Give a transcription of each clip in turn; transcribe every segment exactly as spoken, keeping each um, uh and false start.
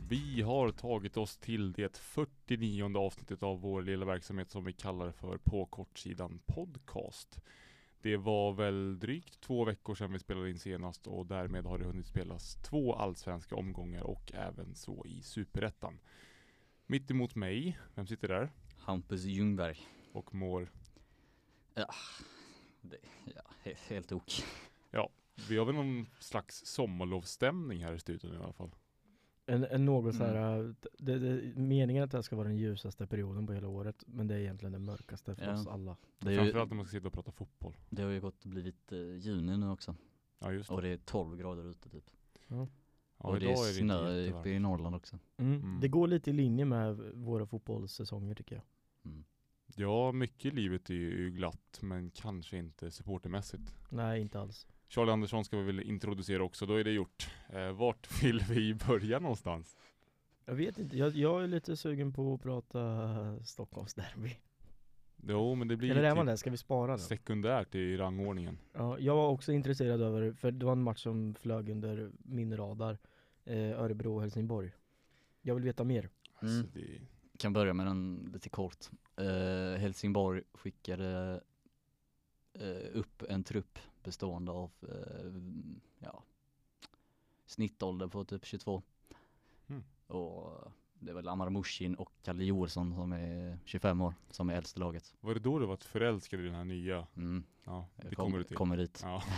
Vi har tagit oss till det fyrtionionde avsnittet av vår lilla verksamhet som vi kallar för På kortsidan podcast. Det var väl drygt två veckor sedan vi spelade in senast och därmed har det hunnit spelas två allsvenska omgångar och även så i Superettan. Mitt emot mig, vem sitter där? Hampus Ljungberg. Och mår? Ja, det, ja helt, helt ok. Ja, vi har väl någon slags sommarlovsstämning här i studion i alla fall. En, en något så här, det, det, meningen att det här ska vara den ljusaste perioden på hela året, men det är egentligen den mörkaste för Ja. oss alla. Det är Framförallt ju, när man ska sitta och prata fotboll. det har ju gått och blivit eh, juni nu också. Ja, just det. Och det är tolv grader ute typ. Ja. Ja, och det idag är inte snö jättevarmt. uppe i Norrland också. Mm. Mm. Det går lite i linje med våra fotbollssäsonger tycker jag. Mm. Ja, mycket i livet är ju glatt, men kanske inte supportermässigt. Nej, inte alls. Charlie Andersson ska vi väl introducera också, då är det gjort. Eh, vart vill vi börja någonstans? Jag vet inte, jag, jag är lite sugen på att prata Stockholms derby. Jo, men det blir Eller är man typ det? Ska vi spara den? sekundärt i rangordningen. Ja, jag var också intresserad över, för det var en match som flög under min radar. Eh, Örebro och Helsingborg. Jag vill veta mer. Mm. Alltså, det... Kan börja med den lite kort. Uh, Helsingborg skickade uh, upp en trupp bestående av uh, ja, snittålder på typ tjugotvå. Mm. Och det är väl Amar Mushin och Kalle Johansson som är tjugofem år, som är äldst i laget. Var det då du var förälskad i den här nya? Mm. Ja, det Kom, kommer du till. Kommer dit. Ja.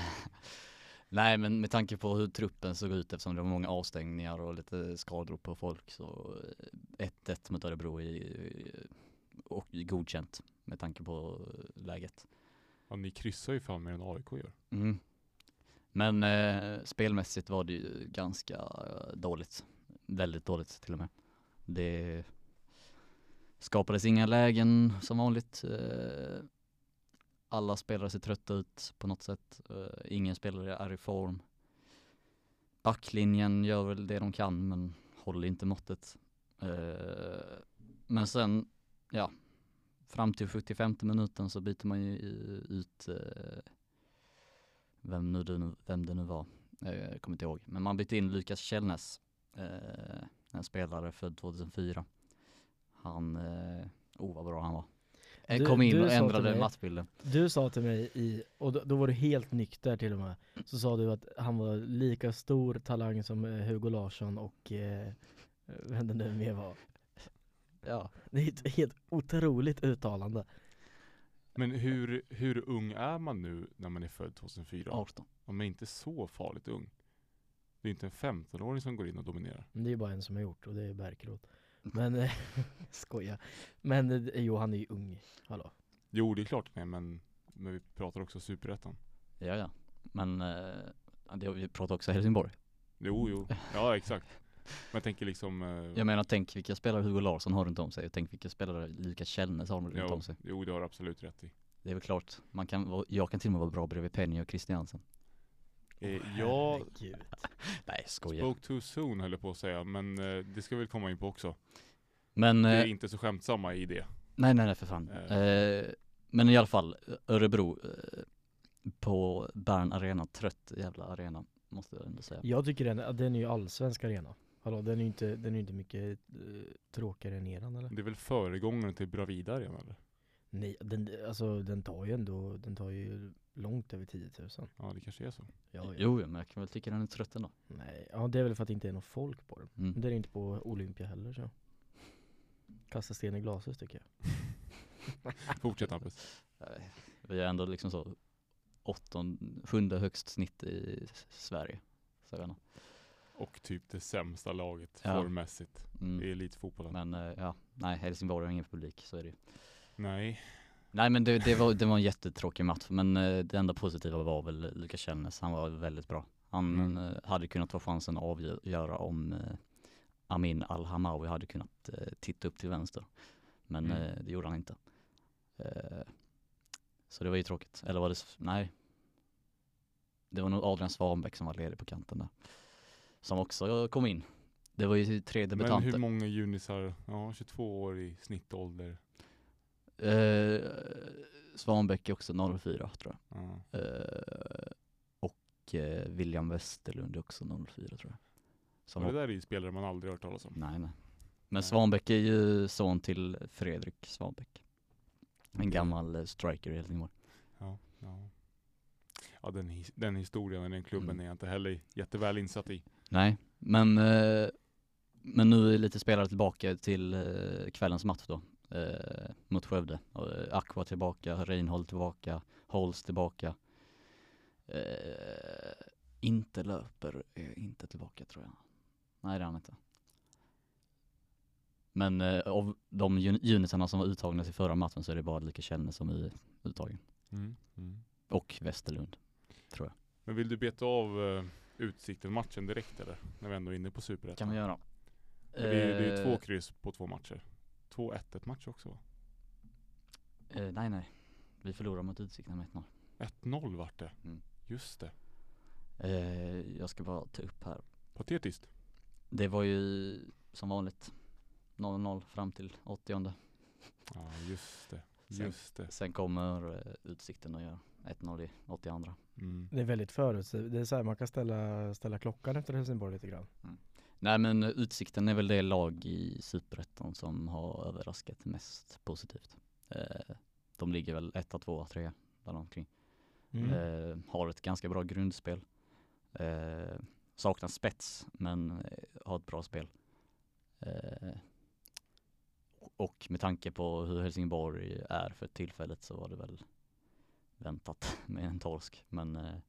Nej, men med tanke på hur truppen såg ut, eftersom det var många avstängningar och lite skador på folk, så ett ett mot Örebro är och godkänt med tanke på läget. Ja, ni kryssar ju fan mer än A I K gör. Mm. Men eh, spelmässigt var det ju ganska eh, dåligt. Väldigt dåligt till och med. Det skapades inga lägen som vanligt. Eh, alla spelare ser trötta ut på något sätt. Uh, ingen spelare är i form. Backlinjen gör väl det de kan, men håller inte måttet. Uh, men sen, ja, fram till sjuttiofemte minuten så byter man ju ut uh, vem, nu det, vem det nu var. Jag kommer inte ihåg. Men man bytte in Lukas Källnäs, uh, en spelare född tjugohundrafyra. Han, uh, oh vad bra han var. Du, kom in och sa ändrade till mig- matchbilden. Du sa till mig, i, och då, då var du helt nykter till och med, så sa du att han var lika stor talang som eh, Hugo Larsson och eh, vem det nu mer var. Ja. Det är ett helt otroligt uttalande. Men hur, hur ung är man nu när man är född tjugohundrafyra? arton. Man är inte så farligt ung. Det är inte en femton-åring som går in och dominerar. Men det är ju bara en som har gjort, och det är Bärkroth. Men, eh, skoja. Men eh, jo, han är ju ung. Hallå. Jo, det är klart nej, men, men vi pratar också Superettan. Ja, ja. Men eh, det, vi pratar också Helsingborg. Jo, jo. Ja, exakt. Men jag tänker liksom... Eh, Jag menar, tänk vilka spelare Hugo Larsson har runt om sig. Och tänk vilka spelare Lukas Källnäs har runt jo, om sig. jo, det har du absolut rätt i. Det är väl klart. Man kan, vara- jag kan till och med vara bra bredvid Penny och Christiansen. Eh, jag Herregud. Nej, skojar. spoke too soon höll jag på att säga. Men eh, det ska vi väl komma in på också. Men, Vi är eh, inte så skämtsamma i det. nej, nej, nej, för fan. Eh. Eh, men i alla fall, Örebro eh, på Bern Arena. Trött jävla arena, måste jag ändå säga. Jag tycker den, den är ju allsvensk arena. Hallå, den är ju inte, den är ju inte mycket eh, tråkigare än eran, eller? Det är väl föregångaren till Bravida igen, eller? Nej, den, alltså, den tar ju ändå, den tar ju långt över tio tusen. Ja, det kanske är så. Ja, ja. Jo, men jag kan väl tycka den är trött ändå. Nej, ja, det är väl för att det inte är någon folk på den. Mm. Det är inte på Olympia heller, så. Kasta sten i glashus tycker jag. Fortsätt, Hampus. Nej, vi är ändå liksom så åttonde, sjunde högst snitt i Sverige. Så jag vet inte. Och typ det sämsta laget Ja. formmässigt Mm. i elitfotbollen. Men eh, ja, nej, Helsingborg har ingen publik, så är det ju. Nej. Nej, men det, det, var, det var en jättetråkig match, men eh, det enda positiva var väl Lukas Källnäs. Han var väldigt bra. Han Mm. eh, hade kunnat få chansen att avgöra om eh, Amin Al-Hamawi hade kunnat eh, titta upp till vänster. Men Mm. eh, det gjorde han inte. Eh, så det var ju tråkigt. Eller var det, s- nej. Det var nog Adrian Svanbäck som var ledig på kanten där. Som också kom in. Det var ju tre Men debutanter. hur många junisar? Ja, tjugotvå år i snittålder. Eh, Svanbäck är också noll fyra, tror jag. Ja. Eh, och eh, William Westerlund är också noll fyra, tror jag. Som Och det där är ju spelare man aldrig hört talas om. Nej, nej. Men Nej. Svanbäck är ju son till Fredrik Svanbäck. En gammal eh, striker i Helsingborg. Ja, ja. Ja, den, his- den historien och den klubben Mm. är jag inte heller jätteväl insatt i. Nej, men, eh, men nu är lite spelare tillbaka till eh, kvällens match då. Eh, mot Skövde. Och, eh, Aqua tillbaka, Reinhold tillbaka, Holst tillbaka. Eh, inte löper, är inte tillbaka tror jag. Nej, det är han inte. Men eh, av de uni- unitarna som var uttagna till förra matchen så är det bara lika Källne som är uttagen. Mm. Mm. Och Västerlund, tror jag. Men vill du beta av uh, Utsikten-matchen direkt eller? När vi ändå är inne på Superettan. Kan vi göra. Det är, det är ju Eh, två kryss på två matcher. Två ett ett match också va? eh, nej, nej. Vi förlorar mot Utsikten med ett noll. ett noll vart det. Mm. Just det. Eh, jag ska bara ta upp här. Patetiskt. Det var ju som vanligt noll noll fram till åttionde. Ja, just det. Sen- Just det. Sen kommer eh, Utsikten och gör ett noll i åttioandra. Mm. Det är väldigt förutsägbart. Det är så här, man kan ställa, ställa klockan efter Helsingborg lite grann. Nej, men eh, Utsikten är väl det lag i Superettan som har överraskat mest positivt. Eh, de ligger väl ett, två, tre där omkring. Mm. Eh, har ett ganska bra grundspel. Eh, saknar spets men eh, har ett bra spel. Eh, och med tanke på hur Helsingborg är för tillfället så var det väl väntat med en torsk. Men eh,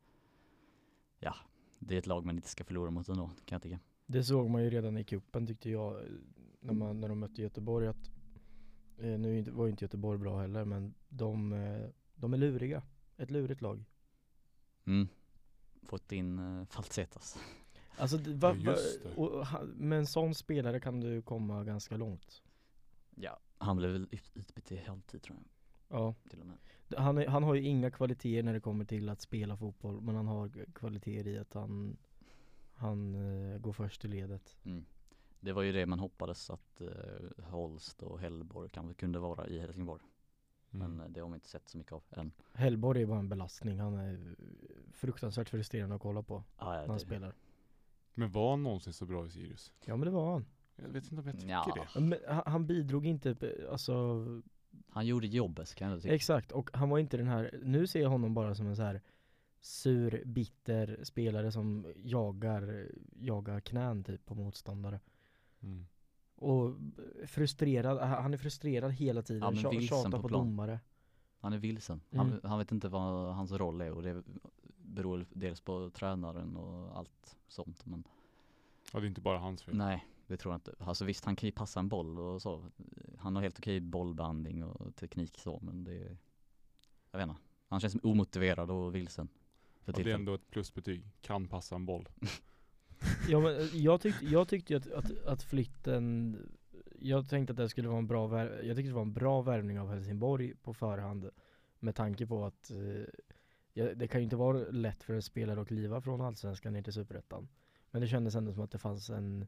ja, det är ett lag man inte ska förlora mot ändå, kan jag tycka. Det såg man ju redan i kuppen tyckte jag när, man, när de mötte Göteborg att eh, nu inte- var ju inte Göteborg bra heller men de, eh, de är luriga. Ett lurigt lag. Mm. Fått in eh, Falsetas. Alltså, det- va, Ja, va, just det. och, ha- med en sån spelare kan du komma ganska långt. Ja, han blev väl ut- utbytt till halvtid tror jag Ja. till och med. Han, är, han har ju inga kvaliteter när det kommer till att spela fotboll men han har kvaliteter i att han, han eh, går först i ledet. Mm. Det var ju det man hoppades att eh, Holst och Hellborg kanske kunde vara i Helsingborg. Mm. Men eh, det har vi inte sett så mycket av än. Hellborg är bara en belastning. Han är fruktansvärt frustrerande att kolla på Ah, ja, när han det, spelar. Men var han någonsin så bra i Sirius? Ja men det var han. Jag vet inte om jag tycker Ja. det. Men han, han bidrog inte, eh, alltså han gjorde jobbet kan jag tycka. exakt. Och han var inte den här, nu ser jag honom bara som en så här sur, bitter spelare som jagar, jagar knän typ på motståndare. Mm. Och frustrerad, han är frustrerad hela tiden, Ja, men Tja- vilsen tjatar på på, plan. domare. Han är vilsen. Mm. Han, han vet inte vad hans roll är och det beror dels på tränaren och allt sånt. Men Ja, det är inte bara hans fel. nej, det tror jag inte. Alltså visst, han kan ju passa en boll och så. Han har helt okej bollbehandling och teknik så, men det är, jag vet inte. Han känns omotiverad och vilsen. För Ja, det är tillfället. ändå ett plusbetyg. Kan passa en boll. Ja, men eh, jag tyckte, jag tyckte ju att, att, att flytten, jag tänkte att det skulle vara en bra vär, jag tyckte det var en bra värvning av Helsingborg på förhand med tanke på att eh, ja, det kan ju inte vara lätt för en spelare att kliva från Allsvenskan ner till Superettan. Men det kändes ändå som att det fanns en,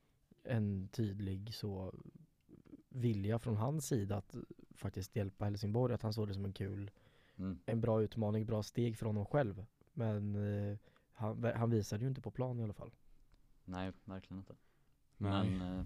en tydlig så vilja från hans sida att faktiskt hjälpa Helsingborg, att han såg det som en kul, Mm. en bra utmaning, bra steg för honom själv. Men eh, han, han visade ju inte på plan i alla fall. Nej, verkligen inte. Nej. Men eh,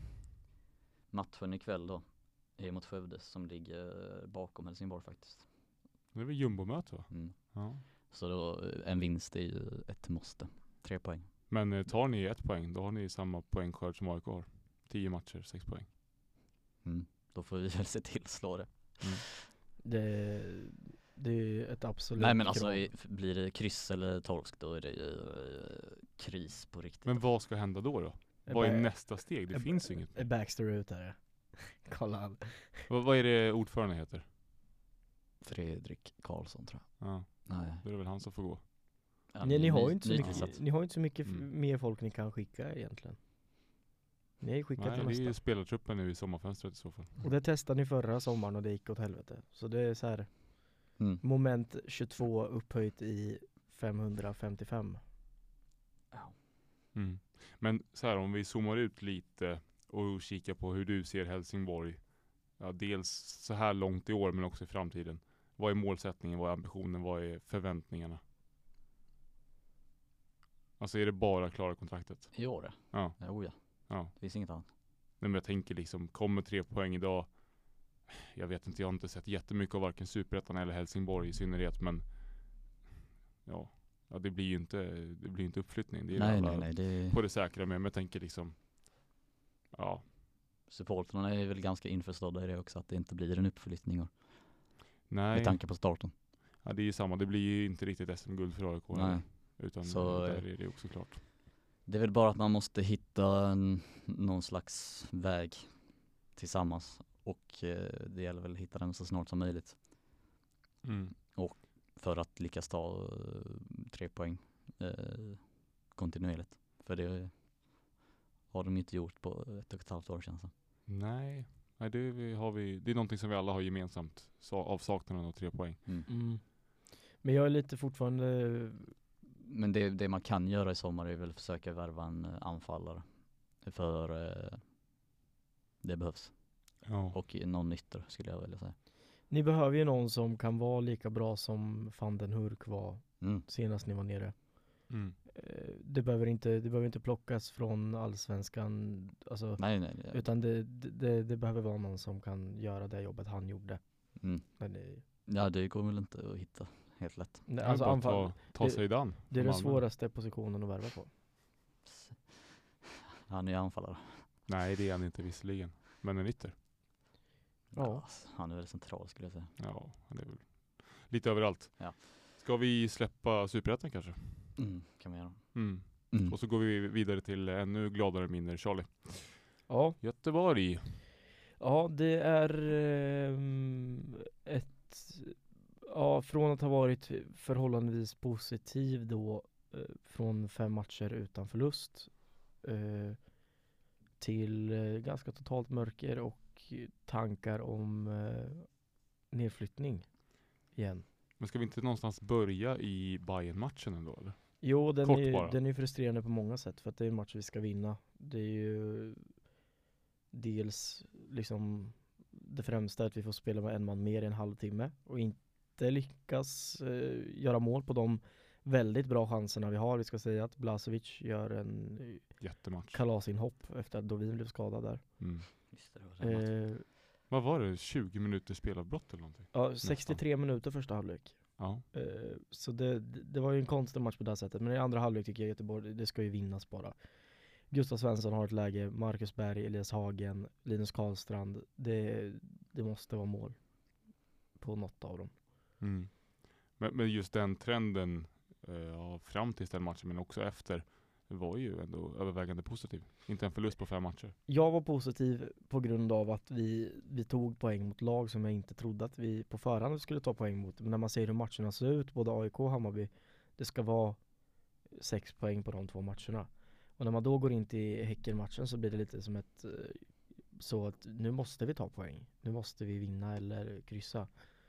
matchen ikväll då är mot Skövde som ligger bakom Helsingborg faktiskt. Det är väl jumbomöte va? Mm. Ja. Så då, eh, en vinst är ju ett måste. Tre poäng. Men eh, tar ni ett poäng, då har ni samma poängskörd som A I K har. Tio matcher, sex poäng. Mm. Då får vi väl se till att slå det. Mm. Det, det är ett absolut Nej men alltså krav. i- blir det kryss eller torsk då är det ju eh, kris på riktigt. Men vad ska hända då då? Är Vad är Ba- nästa steg? Det är- finns ju inget. Är Baxter ut här? Kolla han. Vad, vad är det ordförande heter? Fredrik Karlsson tror jag. Ja, Nej. då är det väl han som får gå. Ja, Nej, ni har ny- ju inte så nytillsatt. mycket, ni har ju inte så mycket f- Mm. mer folk ni kan skicka egentligen. Ni har ju skickat Nej, det det är ju mesta. spelartruppen nu i sommarfönstret i så fall. Och det testade ni förra sommaren och det gick åt helvete. Så det är så här Mm. moment tjugotvå upphöjt i femhundrafemtiofem. Mm. Men så här, om vi zoomar ut lite och kikar på hur du ser Helsingborg. Ja, dels så här långt i år men också i framtiden. Vad är målsättningen, vad är ambitionen, vad är förväntningarna? Alltså är det bara klara kontraktet? I år? Ja. Jo ja. Ja. Det finns inget annat. Nej, men jag tänker liksom, kommer tre poäng idag? Jag vet inte, jag har inte sett jättemycket av varken Superettan eller Helsingborg i synnerhet, men ja, ja det blir ju inte, det blir inte uppflyttning. Det är Nej, alla nej, nej. Det... på det säkra med, men jag tänker liksom, ja. Supporterna är väl ganska införstådda i det också, att det inte blir en uppflyttning och Nej. med tanke på starten. Ja, det är ju samma. Det blir ju inte riktigt S M-guld för A I K. Nej. Utan Så, där är det också klart. Det är väl bara att man måste hitta en, någon slags väg tillsammans. Och eh, det gäller väl att hitta den så snart som möjligt. Mm. Och för att lyckas ta eh, tre poäng eh, kontinuerligt. För det har de inte gjort på ett och ett halvt år sedan. Så. Nej, Nej det, vi har vi, det är någonting som vi alla har gemensamt. Så, avsaknaden av tre poäng. Mm. Mm. Men jag är lite fortfarande... Men det, det man kan göra i sommar är väl försöka värva en eh, anfallare. För eh, det behövs. Ja. Och någon ytter skulle jag vilja säga. Ni behöver ju någon som kan vara lika bra som Van den Hurk var Mm. senast ni var nere. Mm. Eh, Det behöver inte, det behöver inte plockas från allsvenskan, alltså, Nej, nej. nej. utan det, det, det behöver vara någon som kan göra det jobbet han gjorde. Mm. Men det, Ja, det går väl inte att hitta helt lätt. nej, Det är alltså bara anfall, att ta, ta sig i den. det är från den Malmö. svåraste positionen att värva på. Han är anfallare. Nej, det är han inte visserligen. Men en ytter. Ja. Alltså, han är väl central skulle jag säga. Ja, han är väl lite överallt. Ja. Ska vi släppa Superettan kanske? Mm, kan man göra. Mm. Mm. Och så går vi vidare till ännu gladare minner. Charlie. Ja, Göteborg. ja det är ehm, ett, ja, från att ha varit förhållandevis positiv då, eh, från fem matcher utan förlust, eh, till eh, ganska totalt mörker och tankar om eh, nedflyttning igen. Men ska vi inte någonstans börja i Bayern-matchen ändå eller? Jo, den Kort är, bara. den är frustrerande på många sätt, för att det är en match vi ska vinna. Det är ju dels liksom det främsta, att vi får spela med en man mer i en halvtimme och inte lyckas eh, göra mål på de väldigt bra chanserna vi har. Vi ska säga att Blasevic gör en Jättematch. kalasinhopp efter att Dovin blev skadad där. Mm. Just det, det var den matchen. Eh, Vad var det? tjugo minuter spelavbrott eller någonting? ja, sextiotre minuter första halvlek. Ja. Eh, så det, det var ju en konstig match på det här sättet. Men i andra halvlek tycker jag Göteborg, det ska ju vinnas bara. Gustav Svensson har ett läge, Marcus Berg, Elias Hagen, Linus Karlstrand. Det, det måste vara mål på något av dem. Mm. Men, men just den trenden eh, ja, fram till den matchen men också efter var ju ändå övervägande positiv. Inte en förlust på fem matcher. Jag var positiv på grund av att vi, vi tog poäng mot lag som jag inte trodde att vi på förhand skulle ta poäng mot. Men när man ser hur matcherna ser ut, både A I K och Hammarby, det ska vara sex poäng på de två matcherna. Och när man då går in till Häcken-matchen så blir det lite som ett, så att nu måste vi ta poäng. Nu måste vi vinna eller kryssa.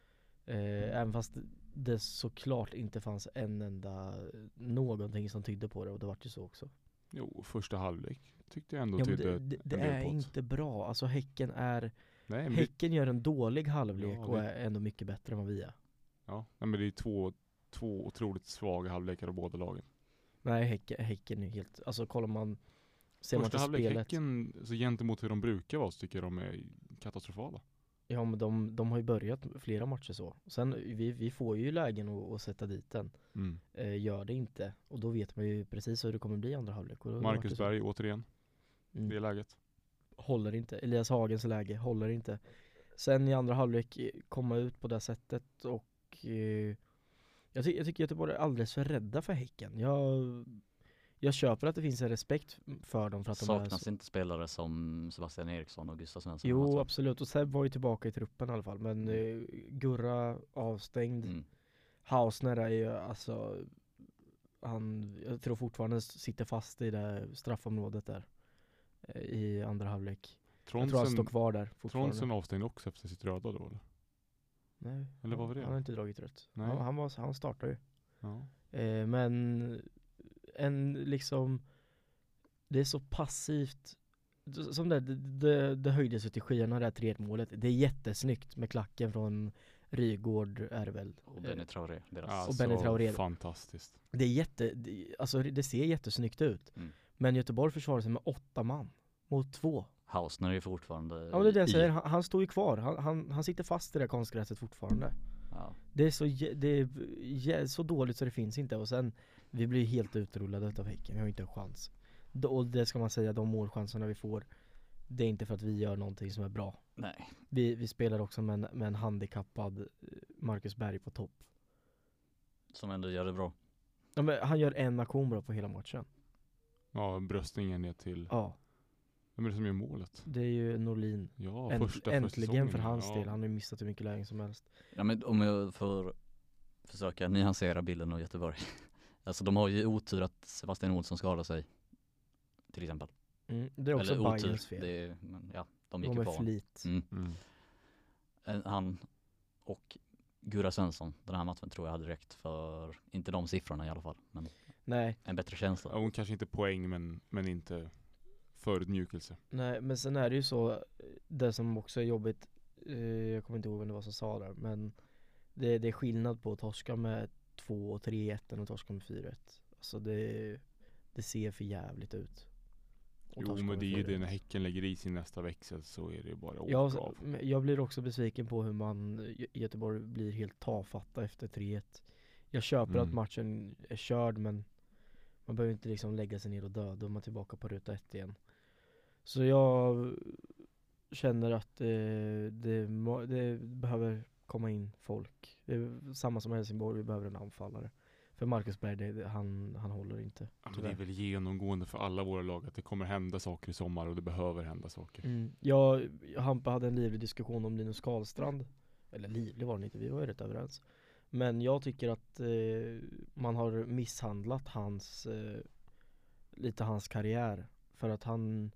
Eh, även fast det såklart inte fanns en enda någonting som tydde på det, och det var ju så också. Jo, första halvlek tyckte jag ändå Ja, men tydde det det, det en del är på det. inte bra. Alltså Häcken är Nej, men det, Häcken gör en dålig halvlek Ja, och det- är ändå mycket bättre än vad vi är. ja, nej, men det är två, två otroligt svaga halvlekar av båda lagen. Nej, Häcken, häcken är helt, alltså kollar man, ser man Första till halvlek, spelet. Häcken, så gentemot hur de brukar vara så tycker jag de är katastrofala. Ja, men de, de har ju börjat flera matcher så. Sen vi, vi får ju lägen att, att sätta dit den. Mm. Eh, gör det inte. Och då vet man ju precis hur det kommer bli i andra halvlek. Och då vart det Marcus så. Berg återigen, Mm. det är läget. Håller inte. Elias Hagens läge håller inte. Sen i andra halvlek eh, komma ut på det sättet och eh, jag, ty- jag tycker Göteborg är alldeles för rädda för Häcken. Jag, jag köper att det finns en respekt för dem för att de är Saknas så. inte spelare som Sebastian Eriksson och Gustav Svensson? Jo, Alltså. absolut. Och Seb var ju tillbaka i truppen i alla fall. Men eh, Gurra avstängd. Mm. Hausner är ju alltså, han, jag tror fortfarande sitter fast i det straffområdet där eh, i andra halvlek. Jag tror han står Tronsen, kvar där fortfarande. Tronsen avstängd också efter sitt röda då eller? Nej, Eller vad var det? Han har inte dragit rött. Nej. Han, han, var, han startar ju. Ja. Eh, men en liksom, det är så passivt. D- Som det, det, det, det höjdes ut i skyarna det här tre ett målet. Det är jättesnyggt med klacken från Rygård är det väl. Och Benny Traoré. Deras. Alltså, Och Benny Traoré. fantastiskt. Det är jätte, det, alltså det ser jättesnyggt ut. Mm. Men Göteborg försvarar sig med åtta man mot två. Hausner är fortfarande Ja, men det är det jag i- säger. Han, han står ju kvar. Han, han, han sitter fast i det konstgräset fortfarande. Ja. Det är så, jä- det är jä- så dåligt så det finns inte. Och sen, vi blir helt utrullade utav Häcken. Vi har inte en chans. Då- Och det ska man säga, de målchanserna vi får, det är inte för att vi gör någonting som är bra. Nej. Vi, vi spelar också med en, med en handikappad eh, Marcus Berg på topp. Som ändå gör det bra. Ja, men han gör en aktion bra på hela matchen. Ja, bröstningen ner till... Ja, Vem är det som gör målet? det är ju Norlin. Ja, Änt, första för äntligen säsongen, för hans ja. del. Han har ju missat hur mycket lägen som helst. Ja, men om jag får försöka nyansera bilden av Göteborg. Alltså de har ju otur att Sebastian Olsson skadar sig. Till exempel. Mm, det är också Eller otur. Bayerns fel. Det är, men, ja, de gick De ju är på honom. flit. Mm. Mm. En- Han och Gura Svensson den här matchen tror jag hade räckt för, inte de siffrorna i alla fall, men Nej, en bättre känsla. Ja, hon kanske inte poäng, men, men inte förutmjukelse. nej, men sen är det ju så, eh, det som också är jobbigt, eh, jag kommer inte ihåg vem det var som sa det, men det, det är skillnad på att torska med två och tre ett än att torska med fyra ett. Alltså det, det ser för jävligt ut. att Jo, torska men med det är ju fyra det ett. när Häcken lägger i sin nästa växel, så är det ju bara Jag, åka av. men jag blir också besviken på hur man i Göteborg blir helt tafatta efter tre ett. Jag köper Mm. att matchen är körd, men man behöver inte liksom lägga sig ner och dö. Då är man tillbaka på ruta ett igen. Så jag känner att eh, det, må- det behöver komma in folk. Det är samma som Helsingborg, vi behöver en anfallare. För Marcus Berg, det, det, han, han håller inte. Ja, men det är tyvärr. väl genomgående för alla våra lag att det kommer hända saker i sommar och det behöver hända saker. Mm. Jag, Hampa hade en livlig diskussion om Linus Karlstrand. Eller livlig var den inte, vi var ju rätt överens. Men jag tycker att eh, man har misshandlat hans eh, lite hans karriär. För att han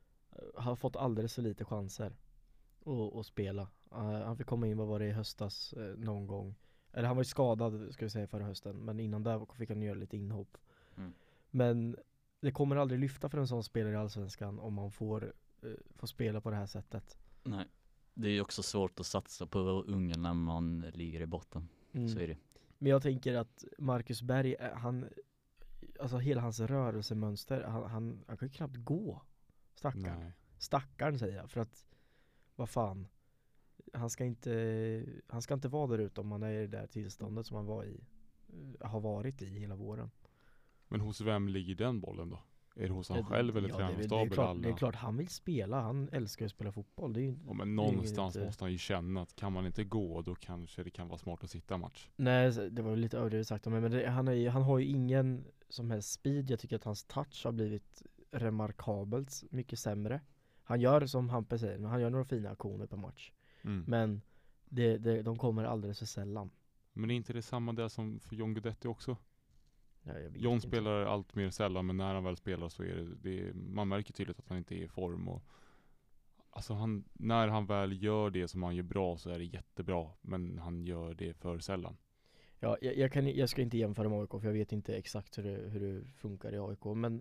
eh, har fått alldeles för lite chanser att, att spela. Eh, han fick komma in, vad var det, i höstas eh, någon gång. Eller han var ju skadad, ska vi säga, förra hösten. Men innan där fick han göra lite inhopp. Mm. Men det kommer aldrig lyfta för en sån spelare i Allsvenskan om man får, eh, får spela på det här sättet. Nej. Det är ju också svårt att satsa på unga när man ligger i botten. Mm. Så är det. Men jag tänker att Marcus Berg, eh, han, alltså hela hans rörelsemönster, han, han, han kan ju knappt gå. Stackarn. Nej. Stackarn säger jag, för att, vad fan, han ska inte, han ska inte vara där ute om man är i det där tillståndet som han var i, eh, har varit i hela våren. Men hos vem ligger den bollen då? Är det hos han Ja, själv eller ja, det är väl- tränarstab det är eller klart, alla? det är klart han vill spela, han älskar att spela fotboll. Det är ju, Ja, men det är någonstans inget, eh, måste han ju känna att kan man inte gå, då kanske det kan vara smart att sitta match. Nej, så- det var ju lite överdrivet sagt om mig, men det, han, är, ju- han har ju ingen som helst speed. Jag tycker att hans touch har blivit remarkabelt mycket sämre. Han gör som Hampe säger, men han gör några fina aktioner per match. Mm. Men det, det, de kommer alldeles för sällan. Men är inte det samma där som för John Guidetti också? Ja, jag vet John inte. spelar allt mer sällan, men när han väl spelar så är det, det man märker tydligt att han inte är i form. Och, alltså han, när han väl gör det som han gör bra så är det jättebra, men han gör det för sällan. Ja, jag, jag, kan, jag ska inte jämföra med A I K, för jag vet inte exakt hur det, hur det funkar i A I K. Men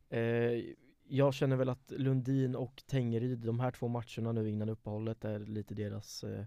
eh, jag känner väl att Lundin och Tengryd, de här två matcherna nu innan uppehållet, är lite deras... Eh,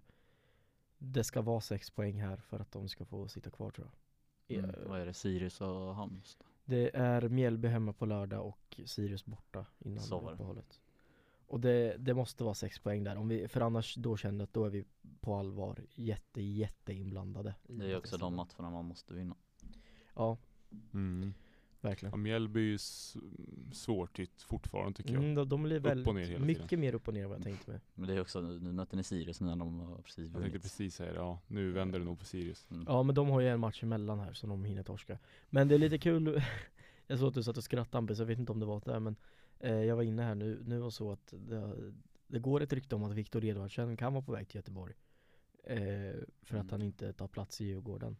det ska vara sex poäng här för att de ska få sitta kvar, tror jag. Mm. Eh, Vad är det? Sirius och Halmstad? Det är Mjällby hemma på lördag och Sirius borta innan Så var det. uppehållet. Och det, det måste vara sex poäng där. Om vi, för annars då känner jag att då är vi på allvar jätte, jätte inblandade. i Det är också detta. de matcherna man måste vinna. Ja, Mm. verkligen. Ja, Mjällby är ju s- svårt tytt fortfarande tycker jag. Mm, de, de blir Upp och ner väldigt, hela mycket tiden. mer upp och ner än vad jag tänkte mig. Men det är också, nu möter ni Sirius när de har precis Jag tänkte vunnit. precis säga det, ja. Nu vänder det nog för Sirius. Mm. Ja, men de har ju en match emellan här som de hinner torska. Men det är lite kul. Jag såg att du satt och skrattade, Hampus, jag vet inte om det var det, men eh, jag var inne här nu, nu och så att det, det går ett rykte om att Viktor Edvardsen kan vara på väg till Göteborg. Eh, för att Mm. han inte tar plats i Djurgården.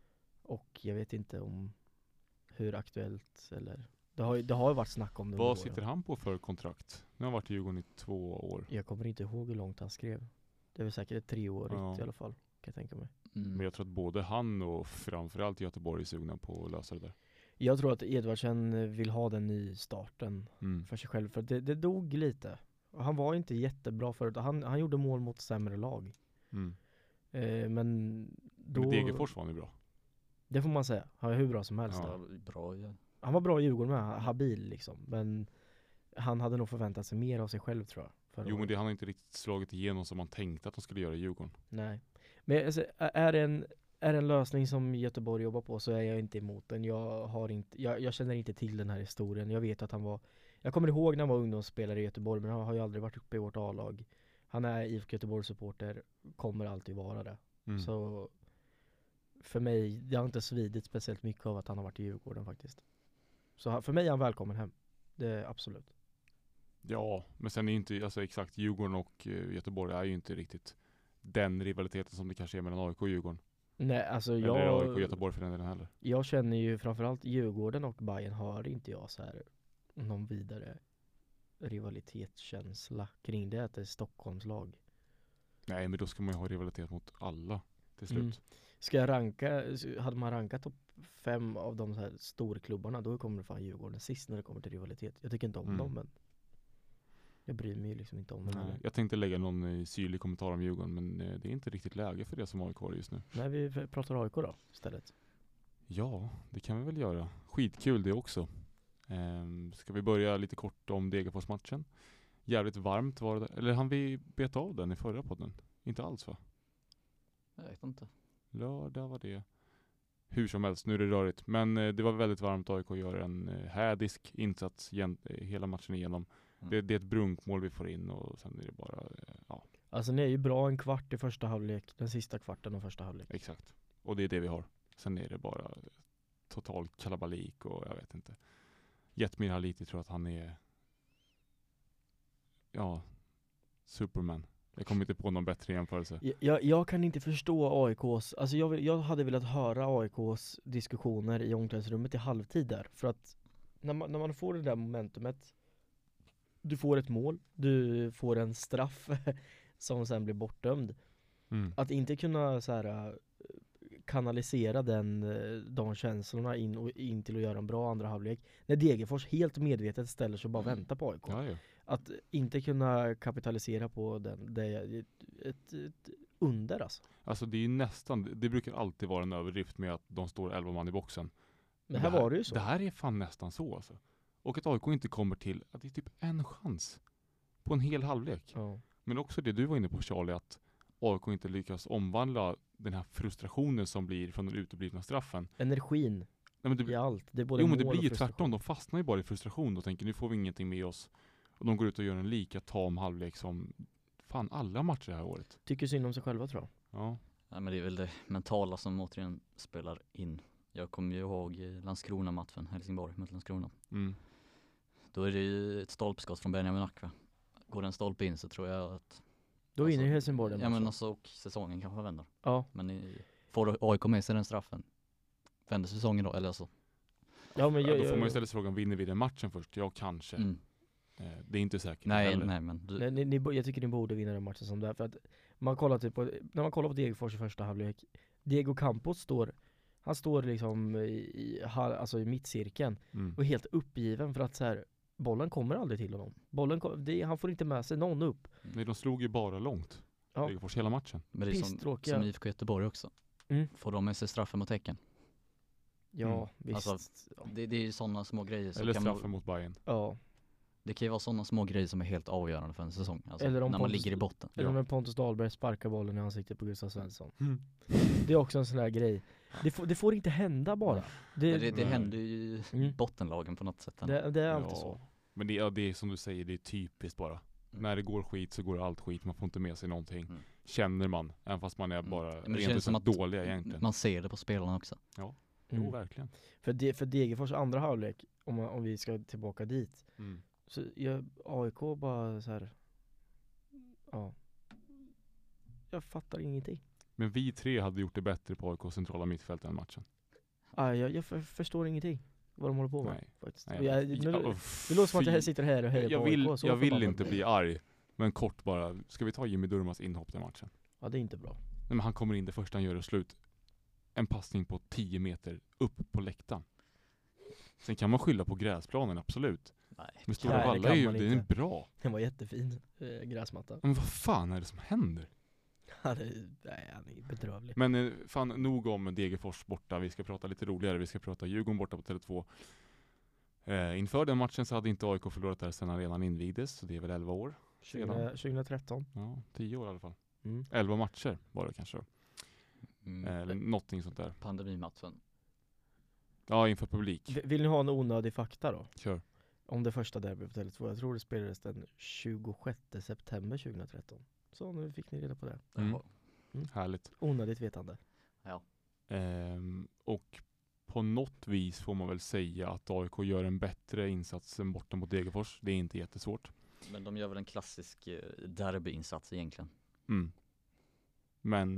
Och jag vet inte om hur aktuellt, eller det har, ju- det har ju varit snack om det. Vad under sitter våren. han på för kontrakt? Nu har han varit i Djurgården i två år. Jag kommer inte ihåg hur långt han skrev. Det är väl säkert ett treårigt Ja. i alla fall, kan jag tänka mig. Mm. Men jag tror att både han och framförallt Göteborg är sugna på att lösa det där. Jag tror att Edvardsen vill ha den i starten Mm. för sig själv, för det, det dog lite. Och han var inte jättebra förut. Han, han gjorde mål mot sämre lag. Mm. Eh, men då, Men Degerfors var han ju bra. det får man säga. Han är hur bra som helst. Ja. Ja, bra ja. Han var bra i Djurgården med, habil liksom. Men han hade nog förväntat sig mer av sig själv tror jag. förra Jo, men året. det han har inte riktigt slagit igenom som man tänkte att de skulle göra i Djurgården. Nej. Men alltså, är det en är det en lösning som Göteborg jobbar på så är jag inte emot den. Jag har inte jag, jag känner inte till den här historien. Jag vet att han var jag kommer ihåg när han var ungdomsspelare i Göteborg, men han har ju aldrig varit uppe i vårt A-lag. Han är I F K Göteborg-supporter, kommer alltid vara det. Mm. Så för mig, det har inte svidit speciellt mycket av att han har varit i Djurgården faktiskt. Så han- för mig är han välkommen hem. Det är absolut. Ja, men sen är ju inte, alltså exakt, Djurgården och uh, Göteborg är ju inte riktigt den rivaliteten som det kanske är mellan A I K och Djurgården. Nej, alltså Eller A I K och jag, Göteborg för den delen heller. jag känner ju framförallt Djurgården och Bayern har inte jag så här någon vidare rivalitetskänsla kring det, att det är Stockholmslag. Nej, men då ska man ju ha rivalitet mot alla till slut. Mm. Ska jag ranka, hade man rankat topp fem av de så här storklubbarna, då kommer det fan Djurgården sist när det kommer till rivalitet. Jag tycker inte om Mm. dem, men jag bryr mig ju liksom inte om dem Nej, heller. jag tänkte lägga någon eh, syrlig kommentar om Djurgården, men eh, det är inte riktigt läge för det som A I K just nu. Nej, vi f- pratar A I K då istället. Ja, det kan vi väl göra. Skitkul det också. Ehm, ska vi börja lite kort om Degerfors-matchen? Jävligt varmt var det. Eller han vi bet av den i förra podden? Inte alls va? Jag vet inte. Lördag var det. Hur som helst, nu är det rörigt. Men eh, det var väldigt varmt. A I K gör en eh, hädisk insats gen- eh, hela matchen igenom. Mm. Det, det är ett brunkmål vi får in och sen är det bara, eh, ja, Alltså ni är ju bra en kvart i första halvlek, den sista kvarten av första halvlek. exakt. Och det är det vi har. Sen är det bara eh, total kalabalik och jag vet inte. Jetmir Haliti tror att han är, ja, Superman. Jag kommer inte på någon bättre jämförelse. Jag, jag, jag kan inte förstå A I K:s, alltså jag, vill, jag hade velat höra A I K:s diskussioner i omklädningsrummet i halvtid där. För att när man, när man får det där momentumet, du får ett mål, du får en straff som sen blir bortdömd. Mm. Att inte kunna så här äh, kanalisera den, äh, de känslorna in, och, in till att göra en bra andra halvlek. När Degerfors helt medvetet ställer sig och bara väntar på A I K. Ja, ja. Att inte kunna kapitalisera på den, det är ett, ett, ett under alltså. Alltså det är ju nästan, det brukar alltid vara en överdrift med att de står elva man i boxen. Men här, var det ju så. Det här är fan nästan så alltså. Och att A I K inte kommer till, att det är typ en chans på en hel halvlek. Ja. Men också det du var inne på Charlie, att A I K inte lyckas omvandla den här frustrationen som blir från den uteblivna straffen. Energin Nej, men det, i allt. Det är både jo men det mål blir och ju frustration. tvärtom, de fastnar ju bara i frustration och tänker nu får vi ingenting med oss. Och de går ut och gör en lika tam halvlek som fan alla matcher det här året. Tycker synd om sig själva tror jag. Ja, Ja, men det är väl det mentala som återigen spelar in. Jag kommer ju ihåg eh, Landskrona-matchen, Helsingborg mot Landskrona. mm. Då är det ju ett stolpskott från Benjamin Akva. Går den stolpe in så tror jag att... Då alltså, vinner ju Helsingborg den Ja men matchen. alltså, och säsongen kanske vänder. Ja. Men i, får A I K med sig den straffen? Vänder säsongen då? Eller så? Ja, men Ja, jag, då får man ju jag, ställa sig frågan, vinner vi den matchen först? Ja, kanske. Mm. Eh, det är inte säkert Nej, heller. nej men du, nej, ni, ni, bo- jag tycker ni borde vinna den matchen som det är. För att man kollar typ på, när man kollar på Degerfors i första halvlek, Diego Campos står, han står liksom i, i, hal- alltså i mittcirkeln Mm. och är helt uppgiven för att så här, bollen kommer aldrig till honom. Bollen kom, det, han får inte med sig någon upp. Nej, de slog ju bara långt. Ja. Degerfors hela matchen. men det är som, pisstråkiga. som I F K Göteborg också. Mm. Får de med sig straffen mot Häcken? Ja, Mm. visst. Alltså, ja. Det, det är ju sådana små grejer som Eller kan straffen vara, mot Bayern. ja. det kan ju vara sådana små grejer som är helt avgörande för en säsong. Alltså, Eller om när man Pontus- ligger i botten. Eller Ja. när Pontus Dahlberg sparkar bollen i ansiktet på Gustav Svensson. Mm. Det är också en sån här grej. Det får, det får inte hända bara. Det, Men det, det Nej. händer ju i Mm. bottenlagen på något sätt. ändå. det, det är alltid Ja. så. Men det, ja, det är som du säger, det är typiskt bara. När det går skit så går allt skit, man får inte med sig någonting. Mm. Känner man, även fast man är Mm. bara Men det rent känns ut som sagt att dåliga egentligen. Man ser det på spelarna också. Jo, Mm. verkligen. För, de, för Degerfors andra halvlek, om, man, om vi ska tillbaka dit, Mm. så jag, A I K bara så här. Ja. Jag fattar ingenting. Men vi tre hade gjort det bättre på A I K centrala mittfält än matchen. Ah, jag jag för, förstår ingenting vad de håller på med. Nej. Faktiskt. Nej, jag, men- nu, ja, det uff, låter som att fy. jag sitter här och hejar Jag på vill, A I K. Så jag vill förbannad. inte bli arg. Men kort bara, ska vi ta Jimmy Durmas inhopp den matchen? Ja, det är inte bra. Nej, men han kommer in det första han gör och slut. En passning på tio meter upp på läktaren. Sen kan man skylla på gräsplanen, absolut. Nej. Men Stora Nej, det Valla kan är ju, man den är inte. bra. Den var jättefin, eh, gräsmatta. Men vad fan är det som händer? Ja, det, nej, han är bedrövlig. Men eh, fan, nog om Degerfors borta. Vi ska prata lite roligare. Vi ska prata Djurgården borta på Tele två. Eh, inför den matchen så hade inte A I K förlorat där sedan arenan invigdes. Så det är väl elva år sedan. tjugohundratretton. Ja, tio år i alla fall. Mm. elva matcher var det kanske. Mm. Eh, eller någonting sånt där. Pandemimatchen. Ja, inför publik. V- Vill ni ha en onödig fakta då? Kör. Om det första derbyt på Tele två. Jag tror det spelades den tjugosjätte september tjugotretton. Så nu fick ni reda på det. Mm. Jaha. Härligt. Onödigt vetande. Ja. Ehm, och på något vis får man väl säga att A I K gör en bättre insats än borta mot Degerfors. Det är inte jättesvårt. Men de gör väl en klassisk eh, derbyinsats egentligen. Mm. Men...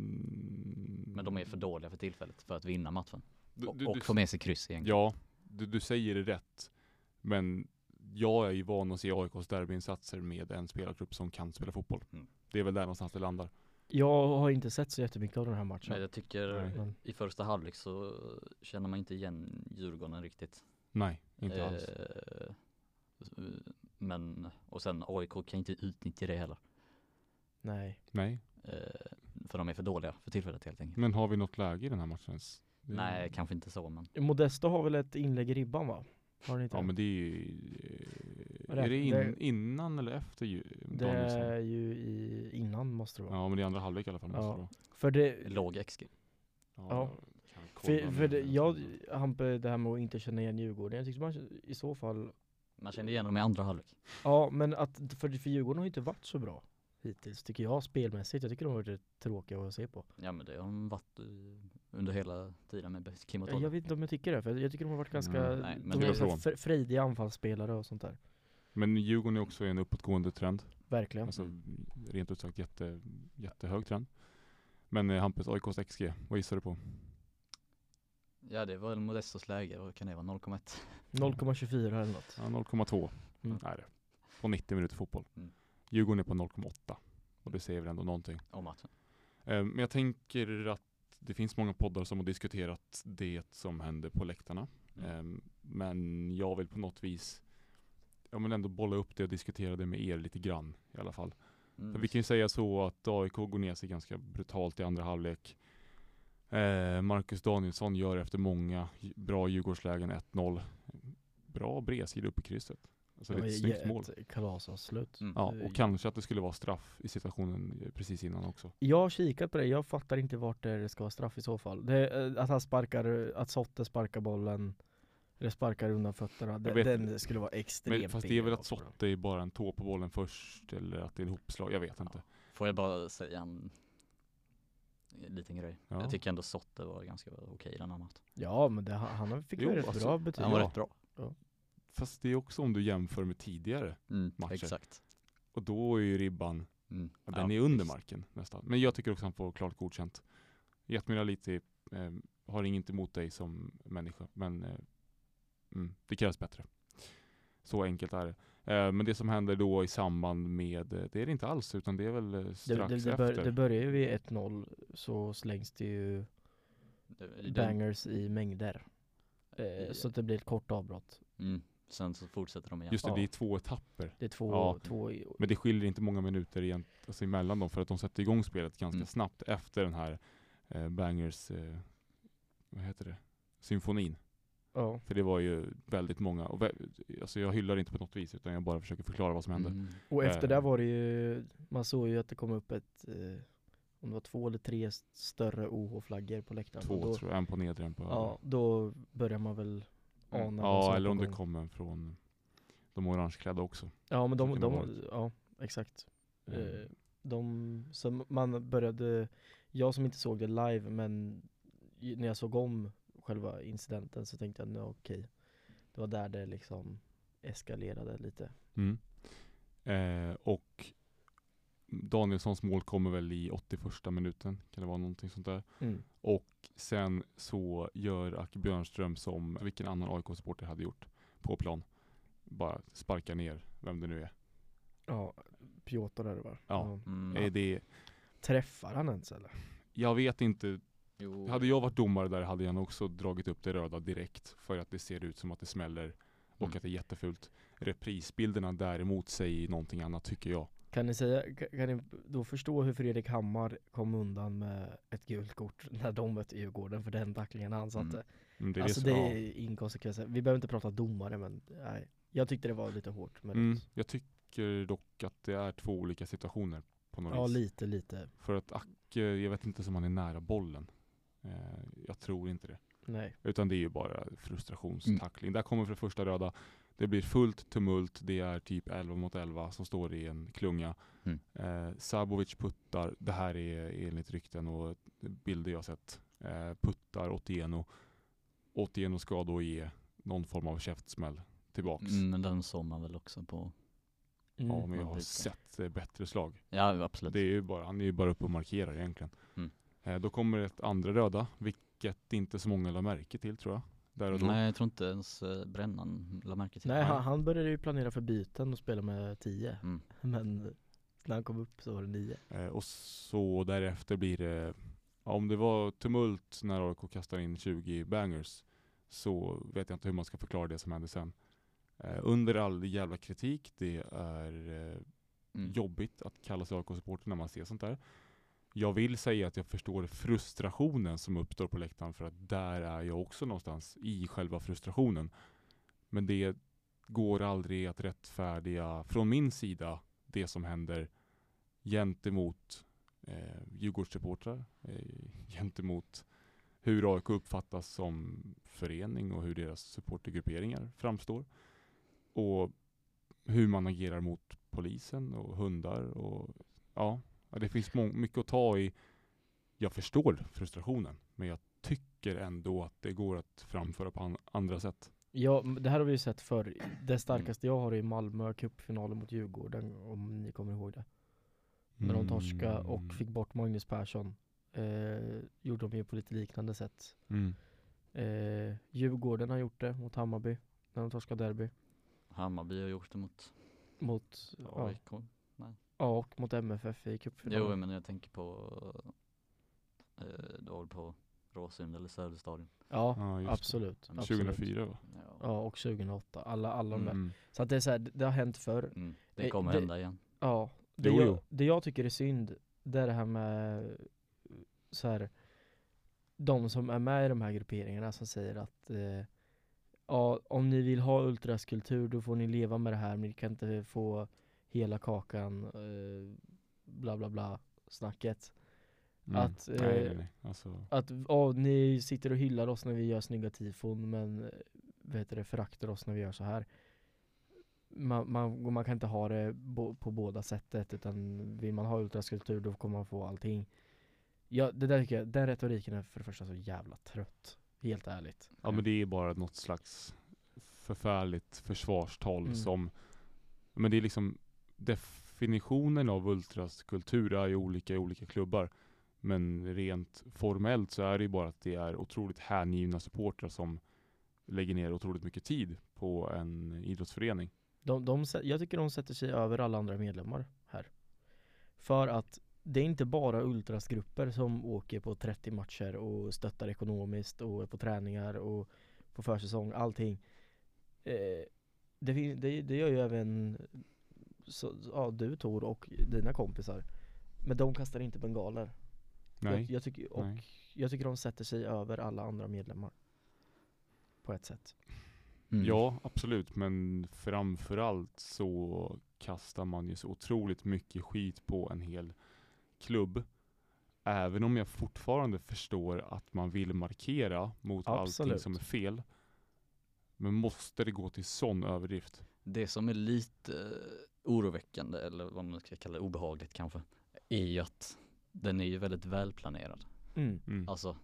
Men de är för dåliga för tillfället för att vinna matchen. Du, Och, du, och du, få med sig kryss egentligen. ja, du, du säger det rätt. Men jag är ju van att se A I K:s derbyinsatser med en spelargrupp som kan spela fotboll. Mm. Det är väl där någonstans det landar. Jag har inte sett så jättemycket av den här matchen. Men jag tycker Nej. Men, i första halvlek så känner man inte igen Djurgården riktigt. Nej, inte alls. Eh, Men, och sen A I K kan inte utnyttja det heller. nej. Nej. Eh, för de är för dåliga för tillfället helt enkelt. Men har vi något läge i den här matchen ens? Det- Nej, kanske inte så, men Modesto har väl ett inlägg i ribban, va? Har ni inte? Ja, det? men det är ju... Vad Är är det in, det? innan eller efter ju, det Danielsson? är ju i, innan måste det vara. Ja, men det är andra halvlek i alla fall. Måste Ja. det vara. För det, låg X G. Ja, Ja. jag kan kolla för, nu. för det, jag, Hampe, det här med att inte känna igen Djurgården, jag tyckte man i så fall, Man kände igen dem i andra halvlek. ja men att, för, för Djurgården har ju inte varit så bra hittills, tycker jag spelmässigt. Jag tycker de har varit rätt tråkiga att se på. Ja, men det har de varit eh, under hela tiden med Kim och Jag Tolle. vet inte om jag tycker det, för jag tycker de har varit ganska, Mm. Nej, men de det är är så från. fr- frejdiga anfallsspelare och sånt där. Men Djurgården är också i en uppåtgående trend. Verkligen. Alltså rent ut sagt jätte, jättehög trend. Men eh, Hampus, A I K:s X G, vad gissar du på? Ja, det var väl Modestos läge. Vad kan det vara? noll komma ett. noll komma tjugofyra eller något. Ja, noll komma två Mm. är det. På nittio minuter fotboll. Mm. Djurgården är på noll komma åtta. Och det säger väl ändå någonting. Om matchen. Eh, Men jag tänker att det finns många poddar som har diskuterat det som händer på läktarna. Mm. Eh, Men jag vill på något vis jag vill ändå bolla upp det och diskutera det med er lite grann i alla fall. Mm. För vi kan ju säga så att A I K går ner sig ganska brutalt i andra halvlek. Eh, Marcus Danielsson gör efter många j- bra Djurgårdslägen ett noll. Bra bredsida upp i krysset. Alltså det är ett snyggt mål. Ett kalasavslut. Mm. Ja, och kanske att det skulle vara straff i situationen eh, precis innan också. Jag har kikat på det, jag fattar inte vart det, är det ska vara straff i så fall. Det, är, att han sparkar, att Sotte sparkar bollen, eller sparkar undan fötterna, det, vet- den skulle vara extremt Men fast det är väl billig att på den. Sotte är bara en tå på bollen först eller att det är en hopslag, jag vet inte. Får jag bara säga en liten grej. Ja. Jag tycker ändå Sotte var ganska okej i den här matchen. Ja, men det, han fick Jo, ju rätt alltså, bra betyg. Han var Ja. rätt bra. Fast det är också om du jämför med tidigare. Mm, Matcher. exakt. Och då är ju ribban, Mm. ja, den Ja, är under visst. marken nästan. Men jag tycker också att han får klart godkänt. Jetmila lite, eh, har inget emot dig som människa, men eh, mm, det krävs bättre. Så enkelt är det. Eh, men det som händer då i samband med, eh, det är det inte alls, utan det är väl eh, Det, strax det, det, efter. bör, det börjar ju vid ett noll, så slängs det ju Det- bangers i mängder. Eh, I- så att det blir ett kort avbrott. Mm. Sen så fortsätter de igen. Just det, Ja. det är två etapper. Det är två, Ja. två i, Men det skiljer inte många minuter igen, alltså emellan dem, för att de sätter igång spelet ganska Mm. snabbt efter den här eh, bangers, eh, vad heter det? Symfonin. ja. För det var ju väldigt många, och vä- alltså jag hyllar inte på något vis, utan jag bara försöker förklara vad som hände. Mm. Och efter Eh. det var det ju, man såg ju att det kom upp ett, eh, om det var två eller tre st- större O H-flaggor på läktaren. Två Och då, tror jag, en på nedre, en på ja, då börjar man väl ana Mm. vad som Ja, är eller på om det gång. kommer från de orangeklädda också. Ja, men så de, kan det de, vara. ja, exakt. Mm. Eh, de, så man började, jag som inte såg det live, men i- när jag såg om själva incidenten så tänkte jag, nej, okej. Det var där det liksom eskalerade lite. Mm. Eh, och Danielssons mål kommer väl i åttioförsta minuten, kan det vara någonting sånt där. Mm. Och sen så gör Acke Björnström som vilken annan A I K-supporter hade gjort på plan. Bara sparkar ner vem det nu är. Ja, Piotr är det va? Ja. Mm. Är det, Träffar han ens eller? jag vet inte. Jo. Hade jag varit domare där hade jag nog också dragit upp det röda direkt. För att det ser ut som att det smäller och Mm. att det är jättefult. Reprisbilderna däremot säger någonting annat, tycker jag. Kan ni säga, kan, kan ni då förstå hur Fredrik Hammar kom undan med ett gult kort när de mötte Djurgården för den tacklingen han satte? Mm. Mm, det är Alltså så- det ja. är inkonsekvenser. Vi behöver inte prata domare, men nej. Jag tyckte det var lite hårt med Mm, det. jag tycker dock att det är två olika situationer på något Ja, vis. lite, lite. För att Acke, jag vet inte som han är nära bollen. Eh, jag tror inte det. Nej. Utan det är ju bara frustrationstackling. Där kommer för det första röda. Det blir fullt tumult. Det är typ elva mot elva som står i en klunga. Mm. Eh, Sabovic puttar. Det här är enligt rykten och bilder jag sett. Eh, puttar Otieno. Otieno ska då ge någon form av käftsmäll tillbaks. Mm, men den såg man väl också på. Mm. Ja, men jag har lite. sett eh, bättre slag. Ja, absolut. Det är ju bara, han är ju bara uppe och markerar egentligen. Mm. Eh, då kommer ett andra röda, vilket inte så många la märke till tror jag. Där och då. Nej, jag tror inte ens eh, Brännan la märke till. Nej, Nej. han, han började ju planera för byten och spela med tio. Mm. Men när han kom upp så var det nio. Eh, och så därefter blir det, ja, om det var tumult när A I K kastar in tjugo bangers, så vet jag inte hur man ska förklara det som hände sen. Eh, under all jävla kritik, det är eh, Mm. jobbigt att kalla sig A I K-supporter när man ser sånt där. Jag vill säga att jag förstår frustrationen som uppstår på läktaren, för att där är jag också någonstans i själva frustrationen. Men det går aldrig att rättfärdiga från min sida det som händer gentemot eh, Djurgårdssupportrar, eh, gentemot hur A I K uppfattas som förening och hur deras supportergrupperingar framstår. Och hur man agerar mot polisen och hundar. Och ja, det finns må- mycket att ta i. Jag förstår frustrationen, men jag tycker ändå att det går att framföra på an- andra sätt. Ja, m- det här har vi ju sett förr. Det starkaste jag har är i Malmö cupfinalen mot Djurgården, om ni kommer ihåg det. När de torskade Mm. och fick bort Magnus Persson. Eh, gjorde de ju på lite liknande sätt. Mm. Eh, Djurgården har gjort det mot Hammarby när de torskade derby. Hammarby har gjort det mot Mot, ja, A I K. ja, och mot M F F i cupfinalen. Jo, men jag tänker på eh, då på Råsunda eller Söderstadion. Ja, Ja, just det. absolut. absolut. tjugohundrafyra va? Ja. Ja, och tjugohundraåtta. Alla, alla de där. Mm. Så att det är så här, det, det har hänt förr. Mm. Det Eh, kommer det- hända igen. Ja, det, Jo, jag, jo. det jag tycker är synd, det är det här med så här, de som är med i de här grupperingarna som säger att eh, ja, om ni vill ha ultraskultur då får ni leva med det här, men ni kan inte få hela kakan, eh, bla bla bla snacket. Mm. Att, eh, nej, nej, nej. Alltså, Att ja, ni sitter och hyllar oss när vi gör snygga tifon, men eh, vad heter det, föraktar oss när vi gör så här. Man, man, man kan inte ha det bo, på båda sättet, utan vill man ha ultraskulptur då kommer man få allting. Ja, det där tycker jag, den retoriken är för det första så jävla trött. Helt ärligt. ja, men det är bara något slags förfärligt försvarstal Mm. som, men det är liksom definitionen av ultraskulptur är ju olika i olika klubbar. Men rent formellt så är det ju bara att det är otroligt hängivna supportrar som lägger ner otroligt mycket tid på en idrottsförening. De, de, sä- jag tycker de sätter sig över alla andra medlemmar här. För att det är inte bara ultrasgrupper som åker på trettio matcher och stöttar ekonomiskt och är på träningar och på försäsong, allting. Eh, det, fin- det, det gör ju även så, ja, du Tor och dina kompisar. Men de kastar inte bengaler. Nej. Jag, jag, tycker, och Nej. jag tycker de sätter sig över alla andra medlemmar. På ett sätt. Mm. Ja, absolut. Men framförallt så kastar man ju så otroligt mycket skit på en hel klubb. Även om jag fortfarande förstår att man vill markera mot Absolut. allting som är fel. Men måste det gå till sån överdrift? Det som är lite eh, oroväckande, eller vad man ska kalla det, obehagligt kanske, är ju att den är ju väldigt välplanerad. Mm. Mm. Alltså,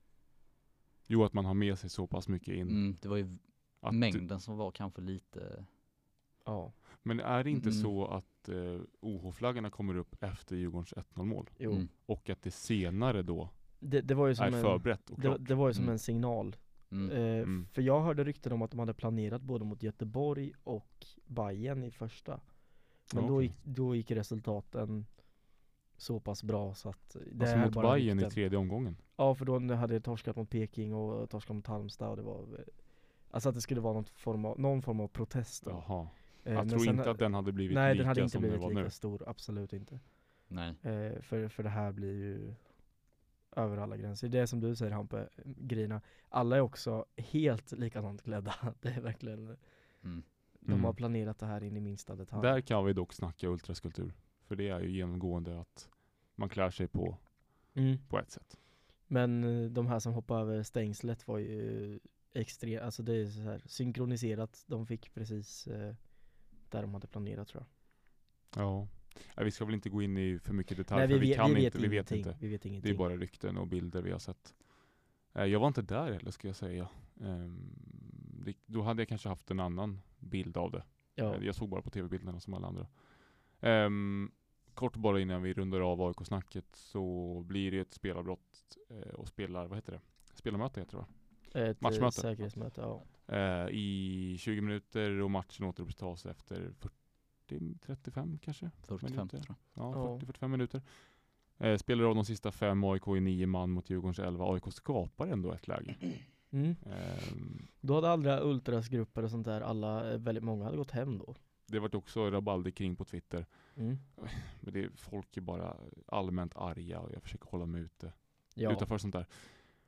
Jo, att man har med sig så pass mycket in. mm, det var ju Att, mängden som var kanske lite... Ja, Men är det inte Mm. så att eh, O H-flaggorna kommer upp efter Djurgårdens ett noll mål? jo. Mm, Och att det senare då Det, det var ju som är en, förberett och det, klart? det var ju som Mm. en signal. mm, Eh, Mm. För jag hörde rykten om att de hade planerat både mot Göteborg och Bayern i första. Men Ja, då, okej. gick, då gick resultaten så pass bra så att det Alltså är mot bara Bayern i rykten. tredje omgången. Ja, för då hade jag torskat mot Peking och torskat mot Halmstad och det var alltså att det skulle vara någon form av, någon form av protest då. Jaha. Eh, Jag men tror sen- inte att den hade blivit Nej, lika den hade inte som blivit den var lika nu. stor, absolut inte. Nej. Eh, för, för det här blir ju över alla gränser. Det är som du säger Hampe, grejerna. Alla är också helt likadant klädda. Det är verkligen, Mm. de Mm. har planerat det här in i minsta detalj. Där kan vi dock snacka ultraskulptur. För det är ju genomgående att man klär sig på, Mm. på ett sätt. Men eh, de här som hoppade över stängslet var ju extremt, alltså det är så här synkroniserat. De fick precis eh, där de hade planerat tror jag. Ja. Nej, vi ska väl inte gå in i för mycket detalj. Nej, för vi, vi, vet, kan vi, vet inte, vi vet ingenting. inte. Vi vet Det ingenting. är bara rykten och bilder vi har sett. Eh, Jag var inte där heller ska jag säga. Ehm, det, då hade jag kanske haft en annan bild av det. Ja. Eh, Jag såg bara på tv-bilderna som alla andra. Ehm, kort bara innan vi rundar av A I K-snacket så blir det ett spelarbrott eh, och spelar, vad heter det? Spelarmöte heter det va? Ett Matchmöte. Matchmöte. säkerhetsmöte, ja. Eh, I tjugo minuter och matchen återupptas efter fyrtio trettiofem kanske? fyrtiofem minuter. tror Ja, Ja. fyrtio till fyrtiofem minuter. Eh, spelar av de sista fem, A I K i nio man mot Djurgårdens elva. A I K skapar ändå ett läge. Mm. Ehm, Då hade alla ultrasgrupper och sånt där, alla, eh, väldigt många hade gått hem då. det var också rabalder kring på Twitter. Mm. Men det är, folk är bara allmänt arga och jag försöker hålla mig ute. Ja. Utanför sånt där.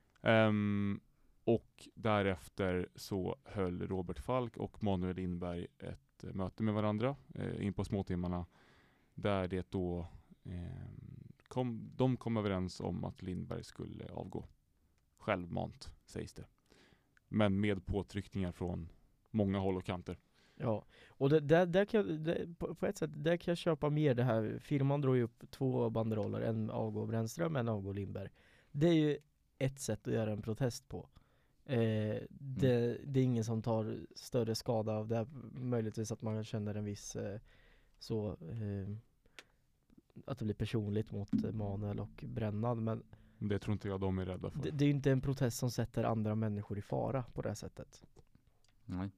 Ehm, och därefter så höll Robert Falk och Manuel Lindberg ett eh, möte med varandra eh, in på småtimmarna. Där det då ehm, kom, de kom överens om att Lindberg skulle avgå. Självmant sägs det. Men med påtryckningar från många håll och kanter. Ja, och det, där, där kan jag, det, på, på ett sätt, där kan jag köpa mer det här. Firman drog ju upp två banderoller, en avgår Brännström, en avgår Lindberg. Det är ju ett sätt att göra en protest på. Eh, det, Mm. det är ingen som tar större skada av det. Möjligtvis att man känner en viss eh, så eh, att det blir personligt mot eh, Manuel och Brännad, men Det tror inte jag de är rädda för. det, det är ju inte en protest som sätter andra människor i fara på det här sättet. Nej.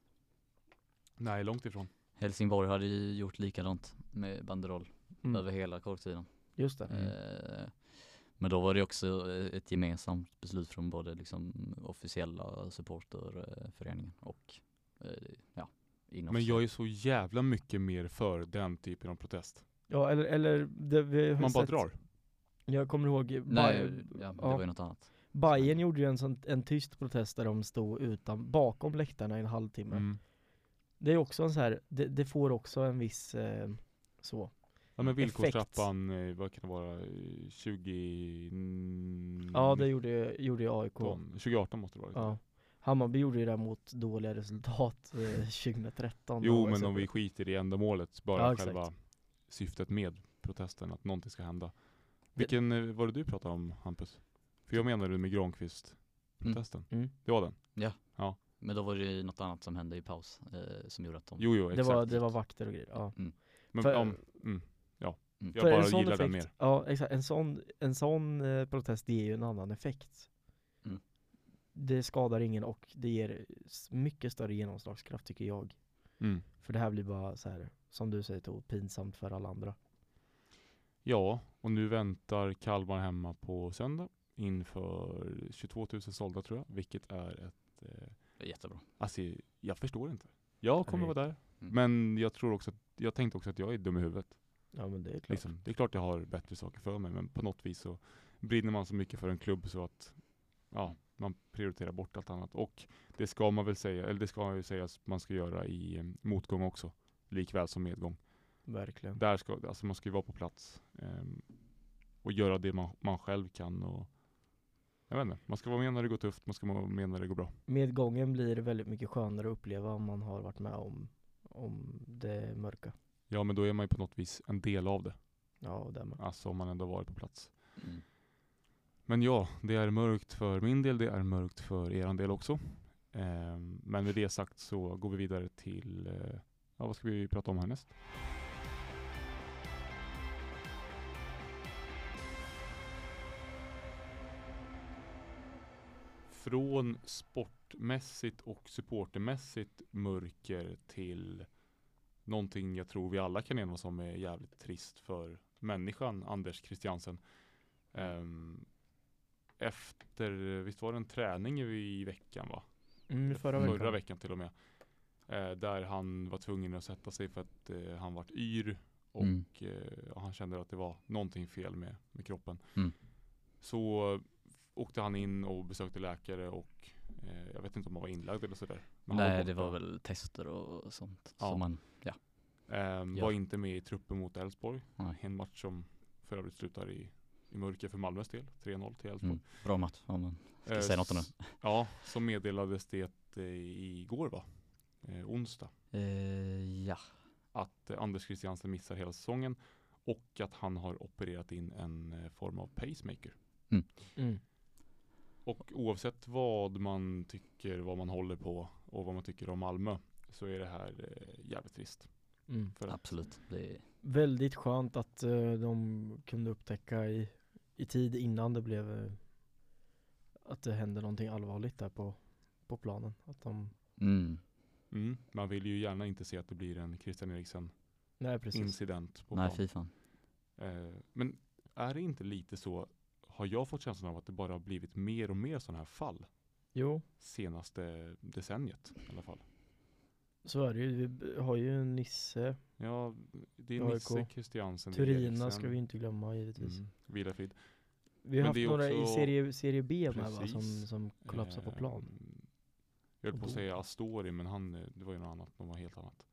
Nej, långt ifrån. Helsingborg hade ju gjort likadant med banderoll Mm. över hela kortsidan. Just det. Mm. Eh, men då var det också ett gemensamt beslut från både liksom officiella supporterföreningen och eh, ja, inofficiella. Men jag är så jävla mycket mer för den typen av protest. Ja, eller, eller det, vi har Man bara sett, drar. Jag kommer ihåg Nej, Bay- ja, det ja. var ju något annat. Bayern gjorde ju en, sån, en tyst protest där de stod utan, bakom läktarna i en halvtimme. Mm. Det är också en så här, det, det får också en viss eh, så. Ja, men Effekt. villkorstrappan, eh, vad kan det vara, eh, tjugo... Ja, det gjorde, gjorde ju A I K. tjugo arton måste det vara. Ja. Hammarby gjorde ju det mot dåliga resultat eh, tjugohundratretton. Jo, Och men så- om vi skiter i ändamålet, bara Ja, exakt. själva syftet med protesten, att någonting ska hända. Vilken eh, var det du pratade om, Hampus? För jag menar du med Granqvist-protesten. Mm. Det var den? Men då var det ju något annat som hände i paus eh, som gjorde att de... Jo, jo, Det exakt. var, det var vakter och grejer. Ja. Men, för- om, mm, ja, Mm. jag För bara en sån gillar effekt, den mer. Ja, exakt. En sån, en sån eh, protest ger ju en annan effekt. Mm. Det skadar ingen och det ger s- mycket större genomslagskraft tycker jag. Mm. För det här blir bara så här, som du säger Tor, pinsamt för alla andra. Ja, och nu väntar Kalmar hemma på söndag inför tjugotvå tusen sålda tror jag, vilket är ett eh, Det är jättebra. alltså jag förstår inte. Jag kommer Nej. vara där, Mm. men jag tror också att, jag tänkte också att jag är dum i huvudet. Ja men det är klart. Liksom. Det är klart jag har bättre saker för mig, men på något vis så brinner man så mycket för en klubb så att ja, man prioriterar bort allt annat. Och det ska man väl säga, eller det ska man ju säga att man ska göra i eh, motgång också, likväl som medgång. Verkligen. Där ska, alltså man ska ju vara på plats ehm, och göra det man, man själv kan. Och, jag vet inte, man ska vara med när det går tufft, man ska vara med när det går bra. Medgången blir väldigt mycket skönare att uppleva om man har varit med om, om det mörka. Ja, men då är man ju på något vis en del av det. Ja, och där med. Alltså om man ändå varit på plats. Mm. Men ja, det är mörkt för min del, det är mörkt för er del också. Ehm, men med det sagt så går vi vidare till, eh, ja, vad ska vi prata om härnäst? Från sportmässigt och supportermässigt mörker till någonting jag tror vi alla kan enas om är jävligt trist för människan Anders Christiansen. Um, efter, visst var det en träning i veckan va? Mm, förra veckan. Förra veckan till och med. Eh, där han var tvungen att sätta sig för att eh, han vart yr och Mm. eh, han kände att det var någonting fel med, med kroppen. Mm. Så åkte han in och besökte läkare och eh, jag vet inte om han var inlagd eller sådär. Men han Nej, det borta. var väl tester och sånt. Ja. Som man, ja. Ehm, Ja. var inte med i truppen mot Elfsborg. Nej. En match som för övrigt slutar i, i mörker för Malmös del. tre noll till Elfsborg. Mm. Bra match. Ja, men, ska Eh, säga något om s- Ja, så meddelades det eh, igår va? Eh, onsdag. eh, ja. Att eh, Anders Christiansen missar hela säsongen och att han har opererat in en eh, form av pacemaker. Mm. Och oavsett vad man tycker, vad man håller på och vad man tycker om Malmö så är det här eh, jävligt trist. Mm. För att- Absolut. Det är, Väldigt skönt att eh, de kunde upptäcka i, i tid innan det blev eh, att det hände någonting allvarligt där på, på planen. Att de, mm. Mm, man vill ju gärna inte se att det blir en Christian Eriksen nej precis. incident på Nej, plan. fy fan. Eh, men är det inte lite så, har jag fått känslan av att det bara har blivit mer och mer sådana här fall Jo, senaste decenniet i alla fall? så är det ju. Vi har ju Nisse, Ja, det är A I K. Nisse, Christiansen, det är Turina Eriksen. ska vi inte glömma givetvis. Mm, Vilafrid. Vi har Men haft det är några i också- serie, serie B med va, Precis. som, som kollapsar på plan. Eh, Jag höll på att säga Astori, men han, eh, det var ju något annat, de var helt annat.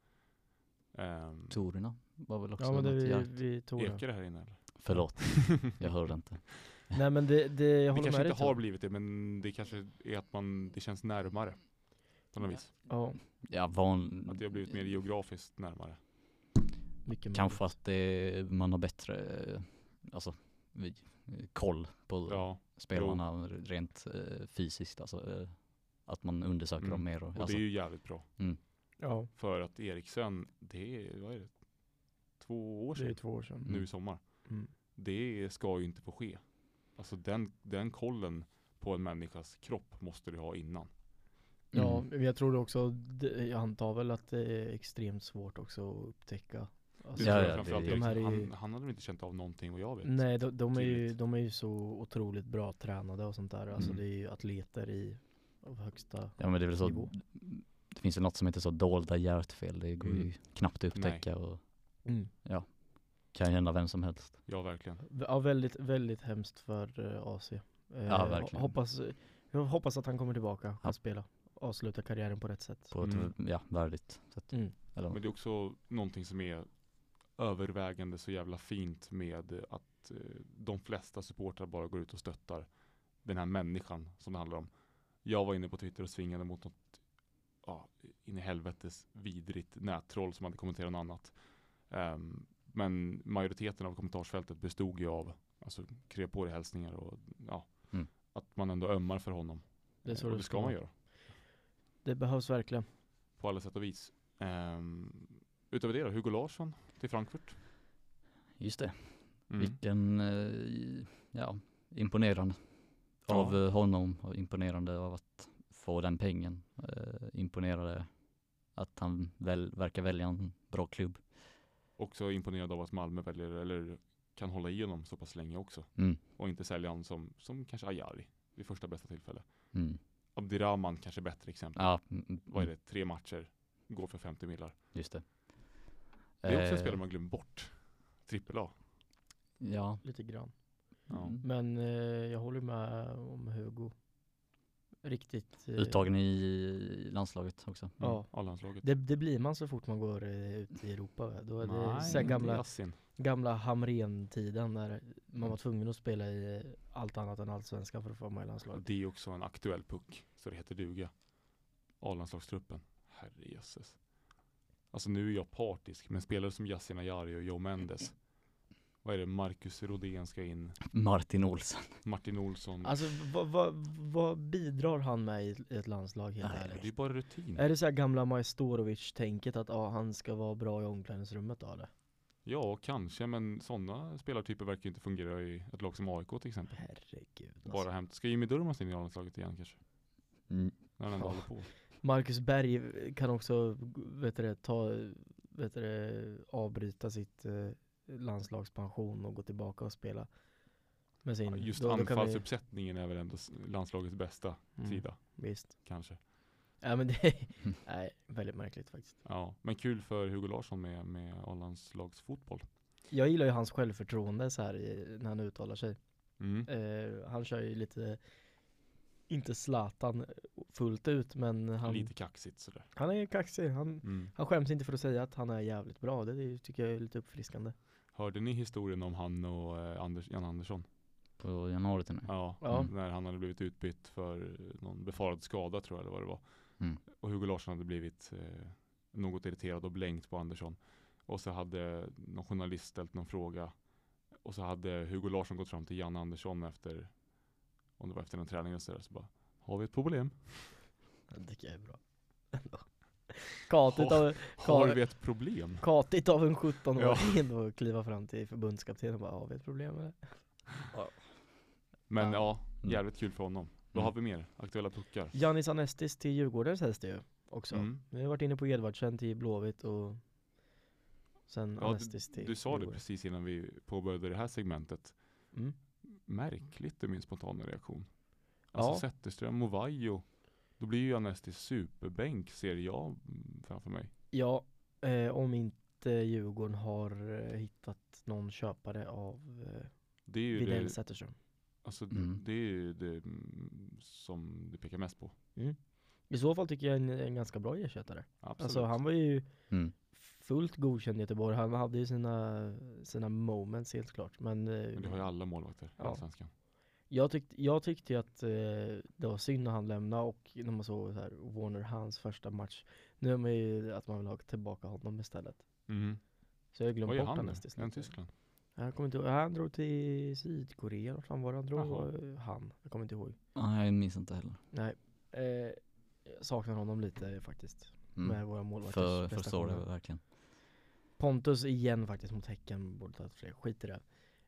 Um, Torina var väl också Ja men det något vi, hjärt. vi tog det. Ekar det här inne eller? Förlåt, jag hörde inte. Nej men det, det jag Det håller kanske med dig inte har Tom. blivit det, men det kanske är att man, det känns närmare. På något vis. Ja, Ja, van... Att det har blivit mer geografiskt närmare. mycket Kanske möjligt. att det, man har bättre eh, alltså, vi, koll på Ja, spelarna rent eh, fysiskt. Alltså, eh, att man undersöker Mm. dem mer. Och, och alltså, det är ju jävligt bra. Ja, För att Eriksen, det är, vad är det? Två år det är sedan. två år sedan. Nu i sommar. Mm. Det ska ju inte få ske. Alltså den, den kollen på en människas kropp måste du ha innan. Ja, Mm. men jag tror också, det- jag antar väl att det är extremt svårt också att upptäcka. Alltså, Det Ja, tror ja, jag framförallt det- de här Eriksen. är ju- han, han hade väl inte känt av någonting vad jag vet. Nej, de, de, är ju, Tydligt. de är ju så otroligt bra tränade och sånt där. Alltså Mm. det är ju atleter i av högsta Ja, men det är väl så, nivå. det finns ju något som heter så dolda hjärtfel. Det går Mm. ju knappt att upptäcka och Mm. kan hända vem som helst. Ja, verkligen. Ja, väldigt, väldigt hemskt för uh, A C. Eh, Ja, verkligen. Hoppas, jag hoppas att han kommer tillbaka och Ja. spela. Avsluta karriären på rätt sätt. På ett Mm. ja, värdigt sätt. Mm. Eller, Men det är också någonting som är övervägande så jävla fint med att eh, de flesta supportrar bara går ut och stöttar den här människan som det handlar om. Jag var inne på Twitter och svingade mot något ja, in i helvetes vidrigt nättroll som hade kommenterat något annat. Ehm, men majoriteten av kommentarsfältet bestod ju av alltså, krev på det hälsningar och ja, Mm. att man ändå ömmar för honom. Det är så och det det ska ska man vara. göra. Det behövs verkligen. På alla sätt och vis. Um, utöver det då, Hugo Larsson till Frankfurt. just det. Mm. Vilken, eh, ja, imponerande Ja. av eh, honom och imponerande av att få den pengen. Eh, imponerade att han väl, verkar välja en bra klubb. Också imponerad av att Malmö väljer eller kan hålla igenom så pass länge också. Mm. Och inte sälja han som, som kanske Ayari vid första bästa tillfälle. Mm. Abdirahman kanske bättre exempel. Ja, mm, mm, Vad är det? Tre matcher. Går för femtio millar. just det. Det är också en Eh, spelare man glömmer bort. Trippel A. Ja. Lite grann. Ja. Mm. Men eh, jag håller med om Hugo. Riktigt. Eh, Uttagen i landslaget också. Ja. Mm. A-landslaget. Det, det blir man så fort man går eh, ut i Europa. va? Då är det Nej, så här inte gamla, Yassin. gamla Hamrén-tiden när man var tvungen att spela i eh, allt annat än allsvenskan för att få vara med i landslaget. Det är också en aktuell puck. Så det heter duga. A-landslagstruppen. Herrejösses. Alltså nu är jag partisk. Men spelare som Yassin Ayari och Joe Mendes. Vad är det? Marcus Rodén ska in. Martin Olsson. Martin Olsson. Alltså vad, vad, vad bidrar han med i ett landslag helt Nej, ärligt? det är bara rutin. Är det så här gamla Majstorovic-tänket att ah, han ska vara bra i omklädningsrummet av det? Ja, kanske. Men sådana spelartyper verkar ju inte fungera i ett lag som A I K till exempel. Herregud alltså. Bara hämt. Ska Jimmy Durmaz in i A-landslaget igen kanske? Mm. När han ändå Ja. håller på. Marcus Berg kan också vet du, det, ta, vet du, det, avbryta sitt eh, landslagspension och gå tillbaka och spela med sin. Ja, just då- då kan vi- anfallsuppsättningen är väl ändå s- landslagets bästa Mm. sida Visst. kanske. Ja men det är nej, väldigt märkligt faktiskt. Ja, men kul för Hugo Larsson med, med A-landslags fotboll. Jag gillar ju hans självförtroende så här i, när han uttalar sig. Mm. Eh, han kör ju lite, inte Zlatan fullt ut, men han, Lite kaxigt sådär. han är kaxig. Han, Mm. han skäms inte för att säga att han är jävligt bra. Det, det tycker jag är lite uppfriskande. Hörde ni historien om han och eh, Anders, Jan Andersson? På januari till nu. Ja, Ja. när han hade blivit utbytt för någon befarad skada tror jag eller vad det var. Mm. Och Hugo Larsson hade blivit eh, något irriterad och blänkt på Andersson. Och så hade någon journalist ställt någon fråga. Och så hade Hugo Larsson gått fram till Jan Andersson efter, om det var efter en träning och så där, så bara, har vi ett problem? Det tycker jag är bra. Katigt av, Har ka- vi ett problem? katigt av en sjutton-åring Ja. och kliva fram till förbundskaptenen och bara, har vi ett problem med det? Men Ja. ja, Mm. jävligt kul för honom. Vad Mm. har vi mer? Aktuella puckar? Giannis Anestis till Djurgården sägs det ju också. Mm. Vi har varit inne på Edvardsen till Blåvitt och sen Ja, Anestis till Du sa det Djurgården. precis innan vi påbörjade det här segmentet. Mm. Märkligt är min spontana reaktion. Ja. Alltså Zetterström och Vaiho. Då blir ju Anestis superbänk, ser jag mm, framför mig. Ja, eh, om inte Djurgården har eh, hittat någon köpare av eh, Det är ju Widell det, Zetterström. alltså, Mm. det, är ju det mm, som det pekar mest på. Mm. I så fall tycker jag en, en ganska bra ersättare. Absolut. Alltså han var ju Mm. fullt godkänd i Göteborg. Han hade ju sina, sina moments helt klart. Men, eh, Men det har ju alla målvakter i Ja. Allsvenskan. jag, tyck, jag tyckte ju att eh, det var synd när han lämnade och när man såg så här, Warner hans första match. Nu är man ju att man vill ha tillbaka honom istället. Mm. Så jag har glömt Vad är bort han han nu? nästan. Är han Tyskland? Jag kommer inte ihåg. Han drog till Sydkorea. Vart fan var det han drog? Jaha. Han. Jag kommer inte ihåg. Nej, jag minns inte heller. Nej. Eh, jag saknar honom lite faktiskt. Mm. Med våra målvakters För, förstår prestationer. det verkligen. Pontus igen faktiskt mot Häcken. Borde ta fler. Skit i det.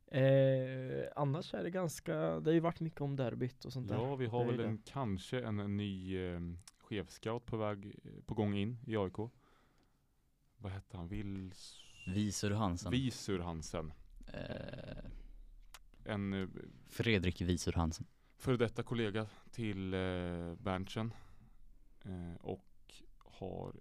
Eh, annars är det ganska, det har ju varit mycket om derbyt och sånt där. Ja, vi har Det är väl det. en, kanske en, en ny eh, chefscout på väg, på gång in i A I K. Vad hette han? Vils... Visur Hansen. Visur Hansen. eh, En eh, Fredrik Visur Hansen. före detta kollega till eh, Berntsen. Eh, och har,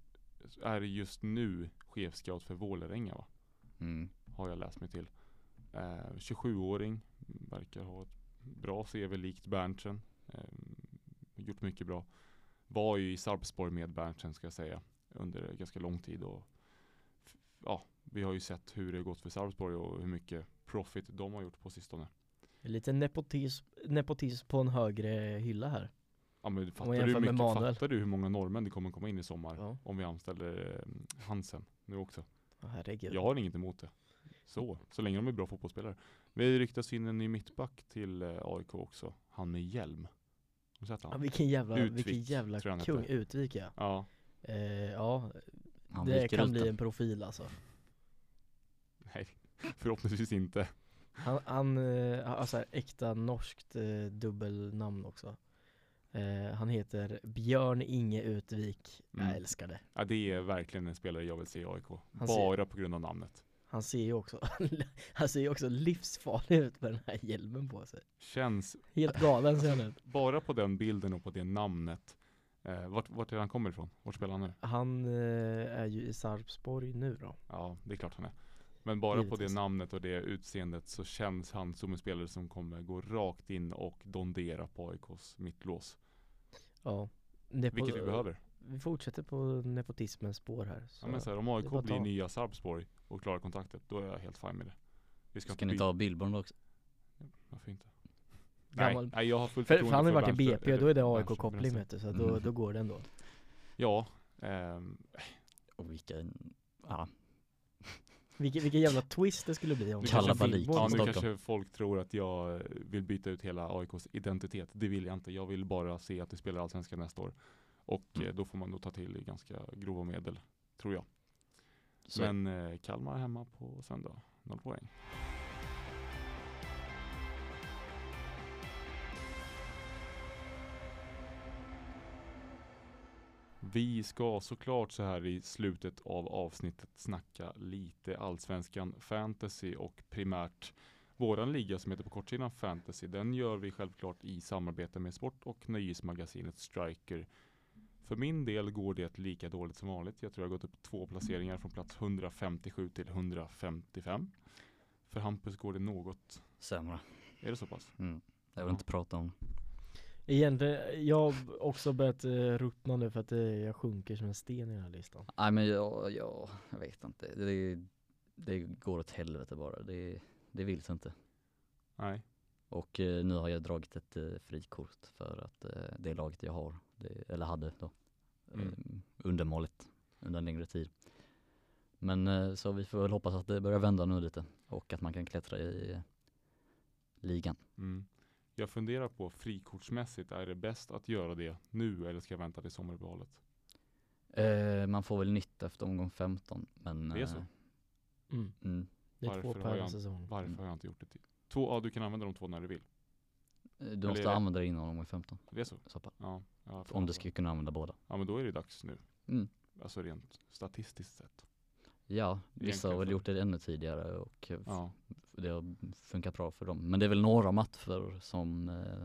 är just nu chefscout för Vålerenga, va? Mm. Har jag läst mig till. Eh, tjugosjuåring, verkar ha ett bra C V likt Berntsen. Eh, gjort mycket bra. Var ju i Sarpsborg med Berntsen, ska jag säga, under ganska lång tid. Och f- ja, vi har ju sett hur det har gått för Sarpsborg och hur mycket profit de har gjort på sistone. Lite nepotism, nepotism på en högre hylla här. Ja, men man fattar, du jämför hur med mycket, Manuel. fattar du hur många norrmän det kommer komma in i sommar Ja. om vi anställer eh, Hansen nu också? Oh, herregud. Jag har inget emot det. Så, så länge de är bra fotbollsspelare. Vi ryktas in en ny mittback till eh, A I K också. Han med hjälm. Har du sett Ja, han? vilken jävla, Utvik, vilken jävla tror jag han kung. heter. Utvik ja. Ja. Eh, ja, Han det viker kan ut bli den. en profil alltså. Nej, förhoppningsvis inte. Han, han eh, har så här äkta norskt eh, dubbelnamn också. Eh, han heter Björn Inge Utvik. Mm. Jag älskar det. Ja, det är verkligen en spelare jag vill se i A I K. Han Bara på grund av namnet. Han ser ju också Han ser ju också livsfarlig ut med den här hjälmen på sig. Känns, Helt galen ser han ut. bara på den bilden och på det namnet. Eh, vart, vart är han kommer ifrån? Vart spelar han nu? Han eh, är ju i Sarpsborg nu då. Ja, det är klart han är. Men bara på Givetvis. det namnet och det utseendet så känns han som en spelare som kommer gå rakt in och dondera på A I Ks mittlås. Ja. Nepo- Vilket vi behöver. Vi fortsätter på nepotismens spår här. Så. Ja, men så här, om A I det är K bara blir ta. nya Sarpsborg och klarar kontraktet, då är jag helt fine med det. Vi ska, Ska ni by- ta Billborn också? Varför inte? Gammal- Nej, nej, jag har fullt För, för förtroende han har ju varit i Bernström- B P, eller då är det A I Bernström, K-koppling Bernström. vet du, så då, Mm. då går det ändå. Ja, ehm, Och vilken, ja, Vilken, vilken jävla twist det skulle bli om Nu Kalla kanske- Balik. ja, nu Stockholm. kanske folk tror att jag vill byta ut hela A I Ks identitet. Det vill jag inte. Jag vill bara se att vi spelar Allsvenskan nästa år. Och Mm. eh, då får man nog ta till ganska grova medel, tror jag. så Men eh, Kalmar hemma på söndag, noll poäng. Vi ska såklart så här i slutet av avsnittet snacka lite Allsvenskan Fantasy och primärt våran liga som heter på kortsidan Fantasy. Den gör vi självklart i samarbete med sport- och nöjesmagasinet Striker. För min del går det lika dåligt som vanligt. Jag tror jag har gått upp två placeringar från plats hundrafemtiosju till hundrafemtiofem. För Hampus går det något. Sämre. Är det så pass? Mm. Jag vill Ja. inte prata om. Egentligen, jag har också börjat eh, ruttna nu för att eh, jag sjunker som en sten i den här listan. Nej men jag, jag, jag vet inte. Det, det går åt helvete bara. Det, det vill sig inte. Nej. Och eh, nu har jag dragit ett eh, frikort för att eh, det laget jag har, det, eller hade då, Mm. eh, undermåligt under en längre tid. Men eh, så vi får väl hoppas att det börjar vända nu lite och att man kan klättra i eh, ligan. Mm. Jag funderar på frikortsmässigt, är det bäst att göra det nu eller ska jag vänta till sommaruppehållet? Eh, man får väl nytt efter omgång femton. Men, Det är så? eh, Mm. mm, Det är Varför två har per jag- säsong. Varför Mm. har jag inte gjort det till? Två, ja, du kan använda de två när du vill. Eh, du Eller måste är det- använda det innan omgång femton. Det är så? Så pass. Ja. ja Om du ska kunna använda båda. Ja, men då är det dags nu. Mm. Alltså rent statistiskt sett. Ja, vissa har väl för- gjort det ännu tidigare och eh, Ja. det har funkat bra för dem. Men det är väl några matcher som eh,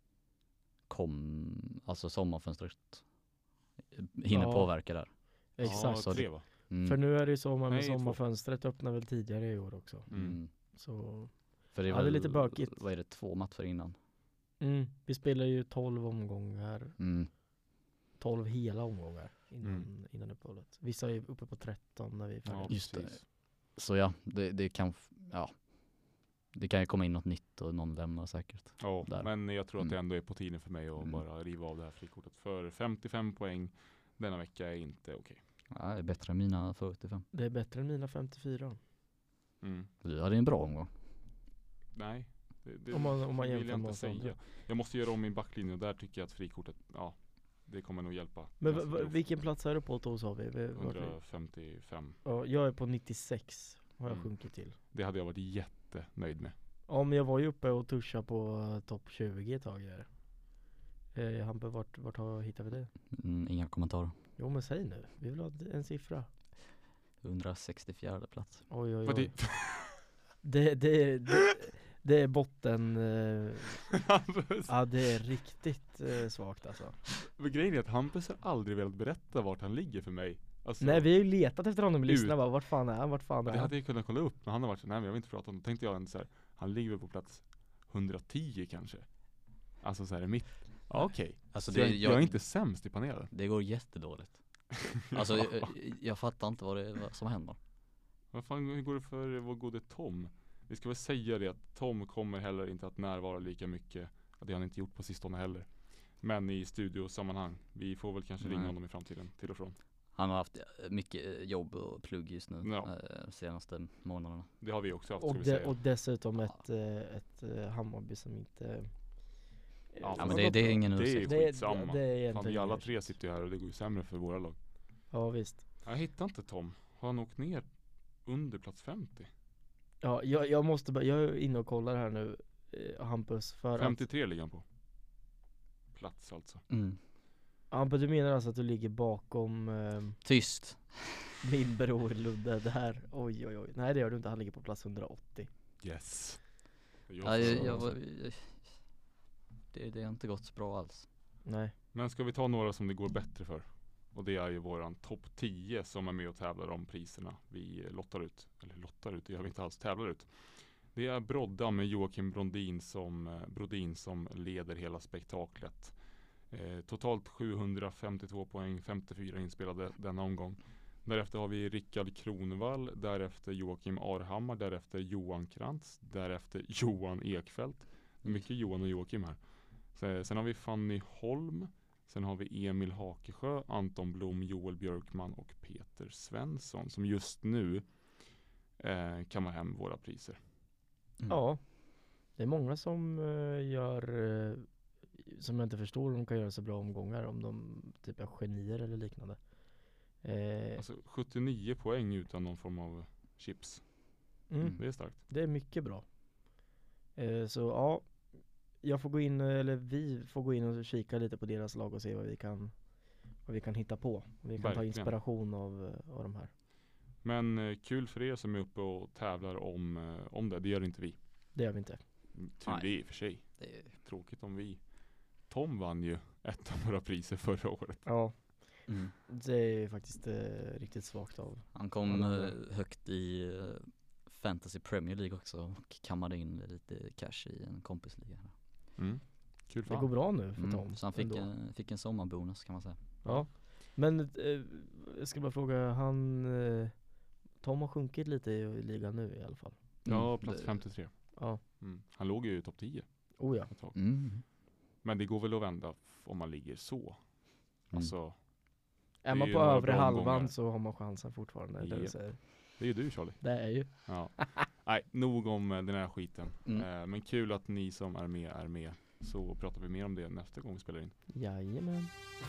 kom, alltså sommarfönstret eh, hinner Ja. påverka där. Exakt. så Ja, tre det- va? Mm. För nu är det ju sommar, men Nej, två. sommarfönstret öppnar väl tidigare i år också. Mm. Mm. Så För det är, Ja, det är väl, lite bökigt. Vad är det, två matcher innan? mm, vi spelar ju tolv omgångar, Mm. tolv hela omgångar innan, Mm. innan uppehållet. Vissa är uppe på tretton när vi är Ja, färdiga. Just det. precis. Så ja, det, det kan f- ja. Det kan ju komma in något nytt och någon lämnar säkert. Ja, Där. men jag tror att det Mm. ändå är på tiden för mig att Mm. bara riva av det här frikortet. För femtiofem poäng denna vecka är inte okej. Ja, det är bättre än mina fyrtiofem. Det är bättre än mina femtiofyra. Mm. Du hade en bra omgång. Nej, det, det Om man- om man vill jämför jag med inte oss säga. andra. Jag måste göra om min backlinje och där tycker jag att frikortet, ja, det kommer nog hjälpa. Men ganska v- v- grovt. vilken plats är du på då, sa vi? Vi- vart vi? hundrafemtiofem. Ja, jag är på nittiosex har jag Mm. sjunkit till. Det hade jag varit jättenöjd med. Ja, men jag var ju uppe och tuschade på uh, topp tjugo ett tag här. Eh, Hampe, vart, vart har hittat vi det? Mm, inga kommentarer. Jo men säg nu, vi vill ha en siffra. hundrasextiofjärde plats. Oj oj Vad oj. det, Det, det, det, det är botten, eh, ja det är riktigt eh, svagt alltså. Men grejen är att Hampus har aldrig velat berätta vart han ligger för mig. Alltså, Nej vi har ju letat efter honom i listan, Ut. bara, vart fan är han, vart fan är det han? hade jag kunnat kolla upp, men han har varit så, nej men jag vill inte prata om det. Då tänkte jag ändå så här, han ligger väl på plats hundratio kanske. Alltså så här, mitt, ja, okej. Alltså Så det, jag, jag är inte sämst i panelen. det går jättedåligt. Alltså jag, jag fattar inte vad det är vad som händer. Vad fan, hur går det för vår gode Tom? Vi ska väl säga det att Tom kommer heller inte att närvara lika mycket. Det har han inte gjort på sistone heller. Men i studiosammanhang. Vi får väl kanske ringa Nej. honom i framtiden till och från. Han har haft eh, mycket eh, jobb och plugg just nu Ja. eh, senaste månaderna. Det har vi också haft, Och, ska vi de, säga. och dessutom ett, eh, ett eh, Hammarby som inte eh, Ja, Ja men det, det är ingen Det är ursäkt. det, skitsamma. det är Fan, egentligen vi alla ingen tre ursäkt. sitter ju här och det går ju sämre för våra lag. Ja visst. Jag hittar inte Tom. Har han åkt ner under plats femtio? Ja, jag, jag måste bara, jag är inne och kollar här nu, eh, Hampus, för att femtiotre ligger han på. Plats alltså. Mm. Hampus, du menar alltså att du ligger bakom eh, Tyst. min bror Ludde där? Oj oj oj, nej det gör du inte, han ligger på plats hundraåttio. Yes. Jag Ja, jag, får- jag, var- jag, det, det har inte gått så bra alls. Nej. Men ska vi ta några som det går bättre för? Och det är ju våran topp tio som är med och tävlar om priserna vi lottar ut. Eller lottar ut, det gör vi inte alls, tävlar ut. Det är Brodda med Joakim Brondin som, eh, Brodin som leder hela spektaklet. Eh, totalt sjuhundrafemtiotvå poäng, femtiofyra inspelade denna omgång. Därefter har vi Rickard Kronvall, därefter Joakim Arhammar, därefter Johan Krantz, därefter Johan Ekfeldt. Det är mycket Johan och Joakim här. Så, sen har vi Fanny Holm. Sen har vi Emil Hakesjö, Anton Blom, Joel Björkman och Peter Svensson som just nu eh, kammar hem våra priser. Mm. Ja, det är många som eh, gör, eh, som jag inte förstår om de kan göra så bra omgångar, om de typ är genier eller liknande. Eh, Alltså sjuttionio poäng utan någon form av chips. mm, Det är starkt. det är mycket bra. Eh, så ja, jag får gå in, eller vi får gå in och kika lite på deras lag och se vad vi kan, vad vi kan hitta på. Vi kan ta Verkligen. inspiration av, eh, av de här. Men eh, kul för er som är uppe och tävlar om, eh, om det. Det gör inte vi. Det gör vi inte. Tur Nej. det i och för sig. Det är, Tråkigt om vi. Tom vann ju ett av våra priser förra året. Ja, Mm. Det är faktiskt eh, riktigt svagt av. Han kom Ja, det eh, högt i eh, Fantasy Premier League också och kammade in lite cash i en kompisliga. Mm. Kul för Det går han. bra nu för Mm. Tom. Så han fick ändå. en, fick en sommarbonus kan man säga. Ja. Men eh, jag ska bara fråga, han eh, Tom har sjunkit lite i, i ligan nu i alla fall. Ja, Mm. plats Det- femtiotre. Ja. Mm. Han låg ju i topp tio Oh ja. ett tag. Mm. Men det går väl att vända f- om man ligger så. Mm. Alltså, Är är man ju på några övre bra halvan omgångar. så har man chansen fortfarande. Det, Japp. vill säga. det är ju du Charlie. Det är ju. Ja. Nej, nog om eh, den här skiten. Mm. Eh, men kul att ni som är med är med. Så pratar vi mer om det nästa gång vi spelar in. Jajamän.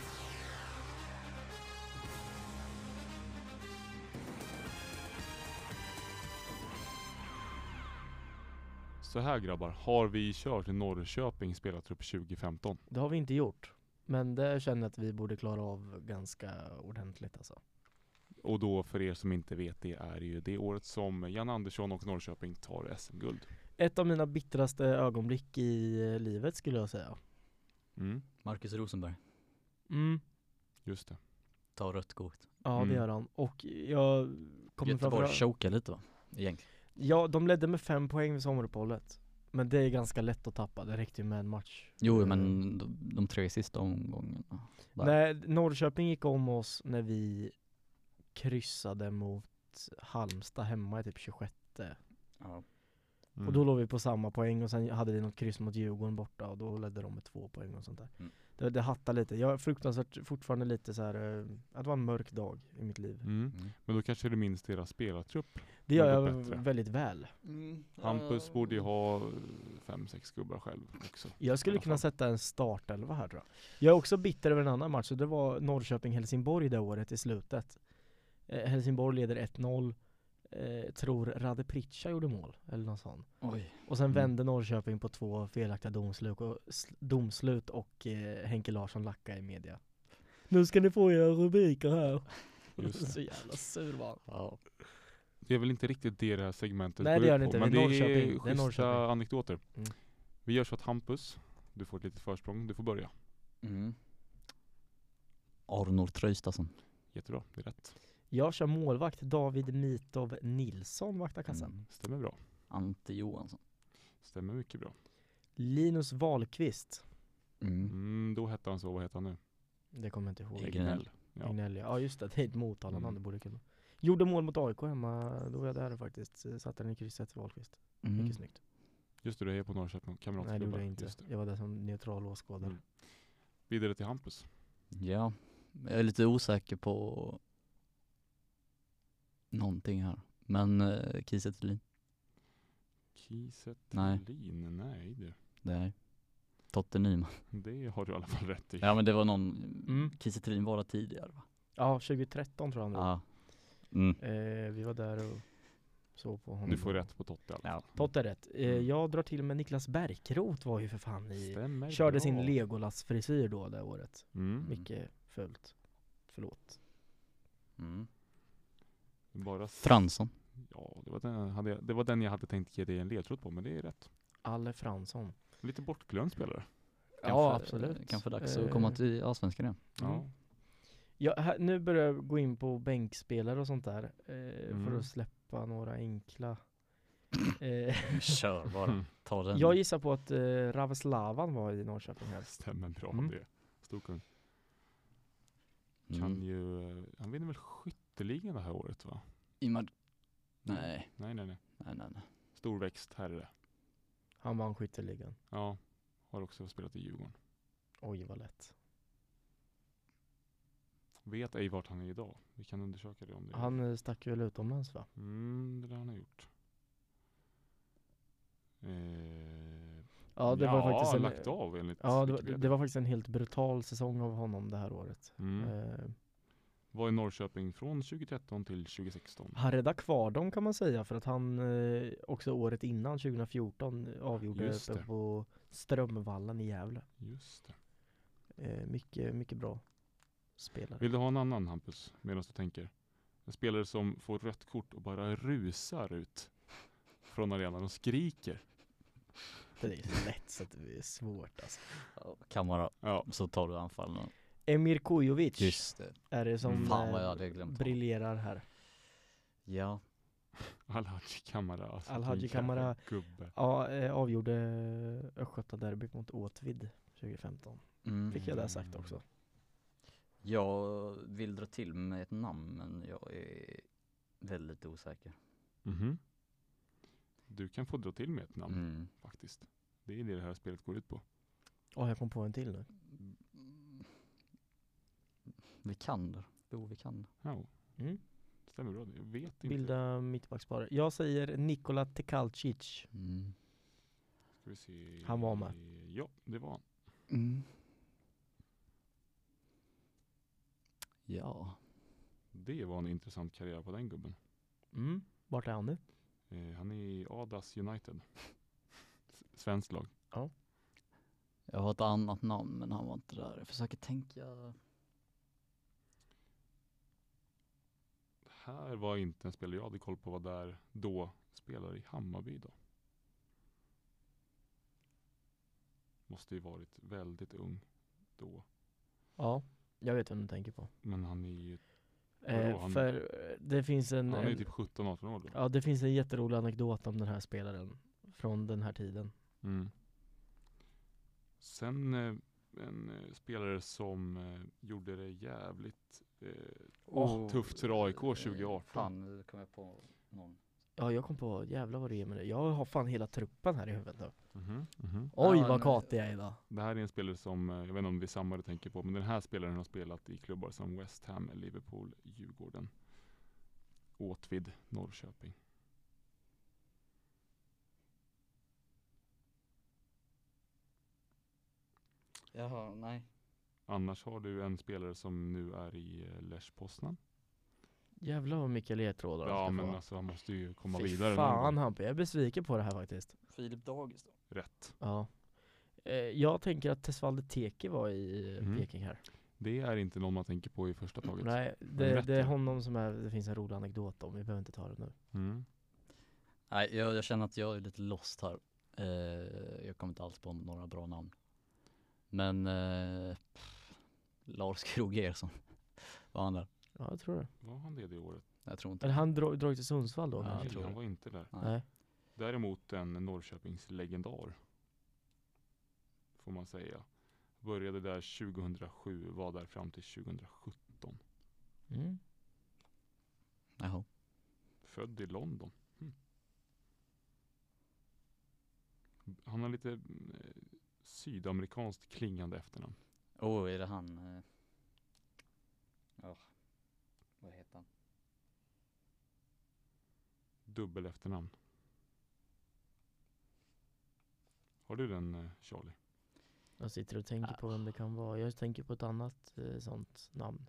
Så här grabbar, har vi kört Norrköping spelartrupp tjugo femton? Det har vi inte gjort. Men det känner jag att vi borde klara av ganska ordentligt alltså. Och då för er som inte vet, det är ju det året som Jan Andersson och Norrköping tar S M-guld. Ett av mina bittraste ögonblick i eh, livet skulle jag säga. Mm, Marcus Rosenberg, Mm. just det. ta rött kort. Ja, Mm. det gör han. Och jag kommer Göteborg framförallt... chokar lite va? Egentligen. Ja, de ledde med fem poäng vid sommaruppehållet. Men det är ganska lätt att tappa. Det räckte ju med en match. Jo Eh, men de, de tre sista omgångarna. där. Nej, Norrköping gick om oss när vi kryssade mot Halmstad hemma i typ tjugosjätte. Ja. Mm. Och då låg vi på samma poäng och sen hade vi något kryss mot Djurgården borta och då ledde de med två poäng och sånt där. Mm. Det, det hattar lite. Jag är fruktansvärt fortfarande lite så här. eh, att det var en mörk dag i mitt liv. Mm. Mm. Men då kanske du minns deras spelartrupp. Det gör Något jag bättre. väldigt väl. Hampus borde ju ha eh, fem, sex gubbar själv också. Jag skulle I alla kunna fall. sätta en startelva här tror jag. Jag är också bitter över en annan match och det var Norrköping-Helsingborg det året i slutet. Eh, Helsingborg leder ett noll. Eh, tror Rade Pritcha gjorde mål eller något sånt. Oj. Och sen Mm. vände Norrköping på två felaktiga domslut och, s- domslut och eh, Henke Larsson lacka i media. Nu ska ni få era rubriker här. Just det. Så jävla sur var han. Ja. Det är väl inte riktigt det det här segmentet Nej, går det ut gör det på, inte. men Det är det Norrköping. är Det är schyssta Norrköping. anekdoter. Mm. Vi gör så att Hampus, du får ett litet försprång, du får börja. Mm. Arnor Traustason. Jättebra, det är rätt. Jag kör målvakt David Mitov Nilsson vaktar kassan. Mm. Stämmer bra. Ante Johansson. Stämmer mycket bra. Linus Wahlqvist. Mm. Mm, då hette han så, vad heter han nu? Det kommer jag inte ihåg. Egnell. Ja. Egnell, ja. Ja just det, det är ett Motala Mm. det borde kunna. Gjorde mål mot A I K hemma, då var jag där faktiskt. Satte den i krysset Wahlqvist. Mm. Mycket snyggt. Just det, du är på Norrköping, kamratklubbar. Nej det gjorde jag inte. Just det. Jag var där som neutral åskådare. Mm. Vidare till Hampus. Ja, jag är lite osäker på någonting här. Men uh, Kiese Thelin, Kiese Nej. Thelin, nej du. det är Totte Nyman. Det har du i alla fall rätt i. Ja men det var någon, Mm. Kiese Thelin var där tidigare va? Ja, tjugohundratretton tror jag han var. Ja. Mm. Eh, vi var där och såg på honom. Du får rätt på Totte i alla fall. Ja. Totte är rätt. Eh, Mm. jag drar till med Niklas Bärkroth var ju för fan i... Stämmer Körde bra. sin Legolas-frisyr då det året. Mm. Mycket fult. Förlåt. Mm. Bara s- Fransson. Ja, det var, den, hade jag, det var den jag hade tänkt ge dig en ledtråd på, men det är rätt. Alle Fransson. Lite bortglömd spelare. Ja, Kanske- absolut. Kanske dags Eh. att komma till Allsvenskan igen. Ja. Mm. Ja, här, nu börjar jag gå in på bänkspelare och sånt där. Eh, För Mm. att släppa några enkla. eh, Kör bara. Mm. Ta den. jag gissar på att eh, Raveslavan var i Norrköping här. Stämmer bra Mm. det. Storkung. Mm. Kan ju, eh, han vinner väl skytteligan det här året va? Imad... Nej. Nej, nej, nej. Nej, nej, nej. Stor växt, här är det. Han vann skytteligan. Ja, har också spelat i Djurgården. Oj vad lätt. Vet ej vart han är idag. Vi kan undersöka det om det. Han eh, stack väl utomlands va? Mm, det där han har gjort. Eh, Ja det var faktiskt en, lagt av enligt ja, det, var, Wikipedia. det var faktiskt en helt brutal säsong av honom det här året. Mm. Eh, Var i Norrköping från tjugohundratretton till tjugohundrasexton. han räddade kvar dem kan man säga för att han eh, också året innan tjugohundrafjorton avgjorde Just uppe det. på Strömvallen i Gävle. Just det. Eh, mycket, mycket bra spelare. Vill du ha en annan Hampus medan du tänker? En spelare som får rött kort och bara rusar ut från arenan och skriker. Det är lätt så att det är svårt alltså. Ja, Kamara. Ja, Så tar du anfallen. Emir Kujovic Just det. är det som Fan vad jag eh, hade glömt. briljerar här. Ja. Al-Haji Kamara. Alltså, Al-Haji vilken jävla Kamara. Gubbe. Ja, eh, avgjorde Östgötaderbyt mot Åtvid tjugo femton. Mm. Fick jag det sagt också. Jag vill dra till med ett namn, men jag är väldigt osäker. Mhm. Du kan få dra till med ett namn Mm. faktiskt. Det är det det här spelet går ut på. Åh, jag kom på en till nu. Vi kan det. Jo, vi kan det. Ja, Mm. stämmer bra. Jag vet inte. Bilda mittbackspar. Jag säger Nikola Tekalcic. Mm. Ska vi se. Han var med. Ja, det var han. Mm. Ja. Det var en intressant karriär på den gubben. Mm. Vart är han nu? Eh, han är i Adas United. S- Svenskt lag. Jag har ett annat namn, men han var inte där. Jag försöker tänka. Här var inte en spelare jag hade koll på, var där då. Spelare i Hammarby då. Måste ju varit väldigt ung då. Ja, jag vet vem du tänker på. Men han är ju, Eh, Vadå, han- för eh, det finns en, han är ju en typ sjutton arton år då. ja, det finns en jätterolig anekdot om den här spelaren från den här tiden. Mm. Sen eh, en eh, spelare som eh, gjorde det jävligt eh, Oh, tufft för A I K tjugo arton. Fan, nu kom jag på någon. Ja, jag kom på, jävlar vad det är med det. Jag har fan hela truppen här i huvudet nu. Mhm, mhm. Oj, Ja, vad men- katig jag är idag. Det här är en spelare som, eh, jag vet inte om det är samma du tänker på, men den här spelaren har spelat i klubbar som West Ham, Liverpool, Djurgården, Åtvid, Norrköping. Jaha, nej. Annars har du en spelare som nu är i eh, Lech Poznan. Jävlar vad mycket ledtrådar Ja, jag ska men få. alltså han måste ju komma Fy vidare någon fan gång. Hampe, jag är besviken på det här faktiskt. Filip Dagis då? Rätt. Ja. Eh, jag tänker att Tesvalde Teke var i Mm. Peking här. Det är inte någon man tänker på i första taget. Nej, Men det, rätt det är är det. honom som är, det finns en rolig anekdot om. Vi behöver inte ta det nu. Mm. Nej, jag, jag känner att jag är lite lost här. Eh, jag kommer inte alls på några bra namn. Men eh, pff, Lars Krog Ersson var han där? Ja, jag tror det. Var han det det året? Jag tror inte. Eller han drog, drog till Sundsvall då Ja, kanske? jag tror han det. var inte där. Nej. Nej. Däremot en Norrköpings legendar. Får man säga. Började där tjugohundrasju, var där fram till tjugosjutton. Mm. Jaha. Född i London. Hm. Han har lite eh, sydamerikanskt klingande efternamn. Åh, oh, är det han? Eh... Ja. Vad heter han? Dubbel efternamn. Har du den, eh, Charlie? Jag sitter och tänker på vem det kan vara. Jag tänker på ett annat eh, sånt namn.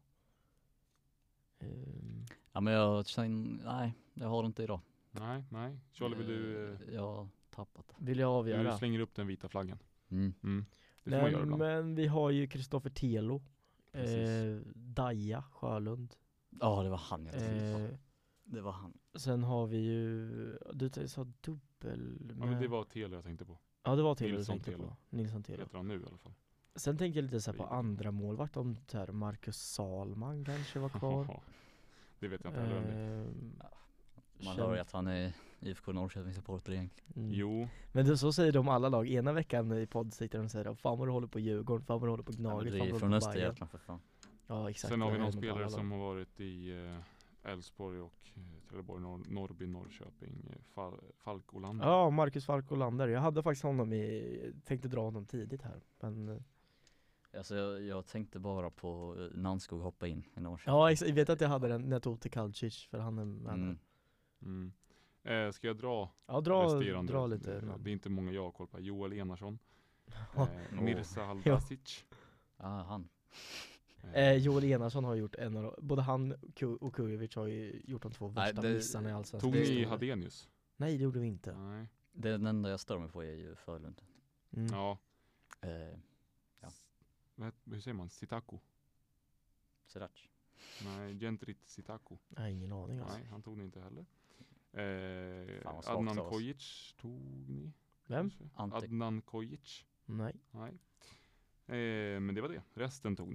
Ehm, Ja, men jag känner, nej, jag har det inte idag. Nej, nej. Charlie, vill du... Eh, Eh, Jag har tappat det. vill jag avgöra? du slänger upp den vita flaggan. Mm. Mm. Det får man göra Nej, ibland. men vi har ju Kristoffer Telo. Precis. Eh, Daja Sjölund. Ja, det var han jag tänkte på. Eh, Det var han. sen har vi ju, du t- sa dubbel Ja, men det var Tele jag tänkte på. ja, det var Telo du Nilsson tänkte Telo. på. Nilsson Telo. Heter han nu i alla fall. Sen tänkte jag lite så här på Skit. andra målvakt, om så här Marcus Salman kanske var kvar. Det vet jag inte heller vem det är. Ehm, Man Känd- hör ju att han är I F K Norrköping-supporter egentligen. mm. Jo, Men det, så säger de alla lag. Ena veckan i podd sitter de och säger fan vad du håller på Djurgården, fan vad du håller på Ja, Gnaget, men det fan är vad från du håller på Bayern. Östergötland för fan. Ja exakt. sen har vi det någon händer på spelare alla som lag. har varit i eh, Elfsborg och eh, Trelleborg, Nor- Norrby, Norrköping, eh, Fal- Falk Olander. Ja, Marcus Falk Olander. Jag hade faktiskt honom i, tänkte dra honom tidigt här. Men eh, Alltså jag, jag tänkte bara på eh, Nanskog hoppa in i Norrköping. ja, ex- jag vet att jag hade den när jag tog till Kalcic för han är med. Mm. Mm. Eh, ska jag dra Ja, dra, resterande? dra lite Eh, namn. Det är inte många jag har koll på. Joel Enarsson. Ja. Eh, Mirza Halbasic. Ah, han. Eh, Joel Enarsson har gjort en av de, både han Ku- och Kujovic har ju gjort de två Nej, värsta det- missarna i allsvenskan. Tog ni historia. Hadenius? Nej, det gjorde vi inte. Nej. Det enda jag stör mig på är ju Frölund. Mm. Ja. Eh, Ja. S- vad het- Hur säger man? Sitaku? Sirac. Nej, Gentrit Sitaku. Jag har ingen aning alltså. Nej, han tog ni inte heller. Eh, Fan, vad svagt Adnan av oss. Kojic tog ni. Vem? kanske? Ante. Adnan Kojic. Nej. Nej. Eh, men det var det. Resten tog ni.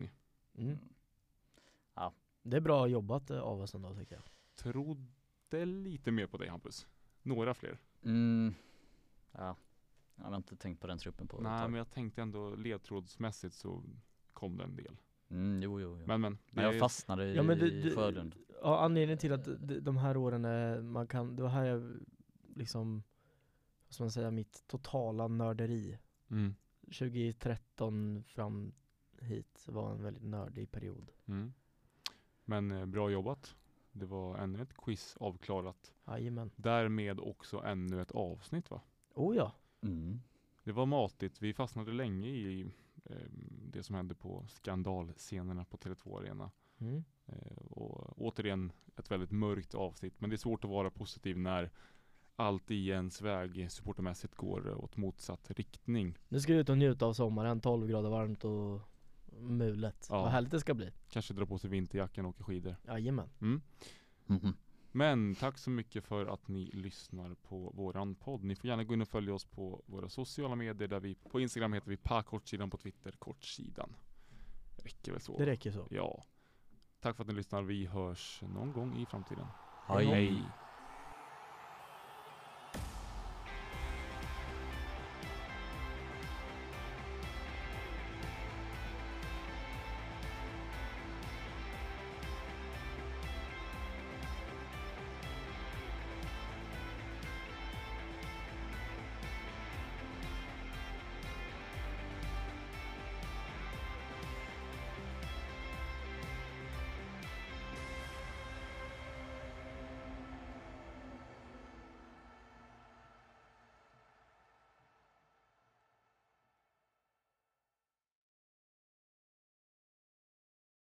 Mm. Ja. Det är bra jobbat eh, av oss ändå tycker jag. Trodde lite mer på dig Hampus. Några fler. Mm. Ja, jag har inte tänkt på den truppen på ett Nej, tag. men jag tänkte ändå ledtrådsmässigt så kom det en del. Mm, jo, jo, jo. Men men. Men jag fastnade i Ja, men det- det- Frölunda. Ja, anledningen till att de, de här åren är, man kan, det var här jag liksom, vad ska man säga, mitt totala nörderi. Mm. tjugo tretton fram hit var en väldigt nördig period. Mm. Men eh, bra jobbat. Det var ännu ett quiz avklarat. Jajamän. Därmed också ännu ett avsnitt va? Oh ja. Mm. Det var matigt. Vi fastnade länge i eh, det som hände på skandalscenerna på Tele två Arena. Mm. Eh, och återigen ett väldigt mörkt avsnitt. Men det är svårt att vara positiv när allt i ens väg supportermässigt går åt motsatt riktning. Nu ska vi ut och njuta av sommaren, tolv grader varmt och mulet. Ja. Vad härligt det ska bli. Kanske dra på sig vinterjackan och åka skidor. Jajamän. Mm. Mhm. Men tack så mycket för att ni lyssnar på våran podd. Ni får gärna gå in och följa oss på våra sociala medier där vi på Instagram heter vi pa kortsidan, på Twitter kortsidan. Det räcker väl så. Det räcker så. Ja. Tack för att ni lyssnar. Vi hörs någon gång i framtiden. Hej. Hej.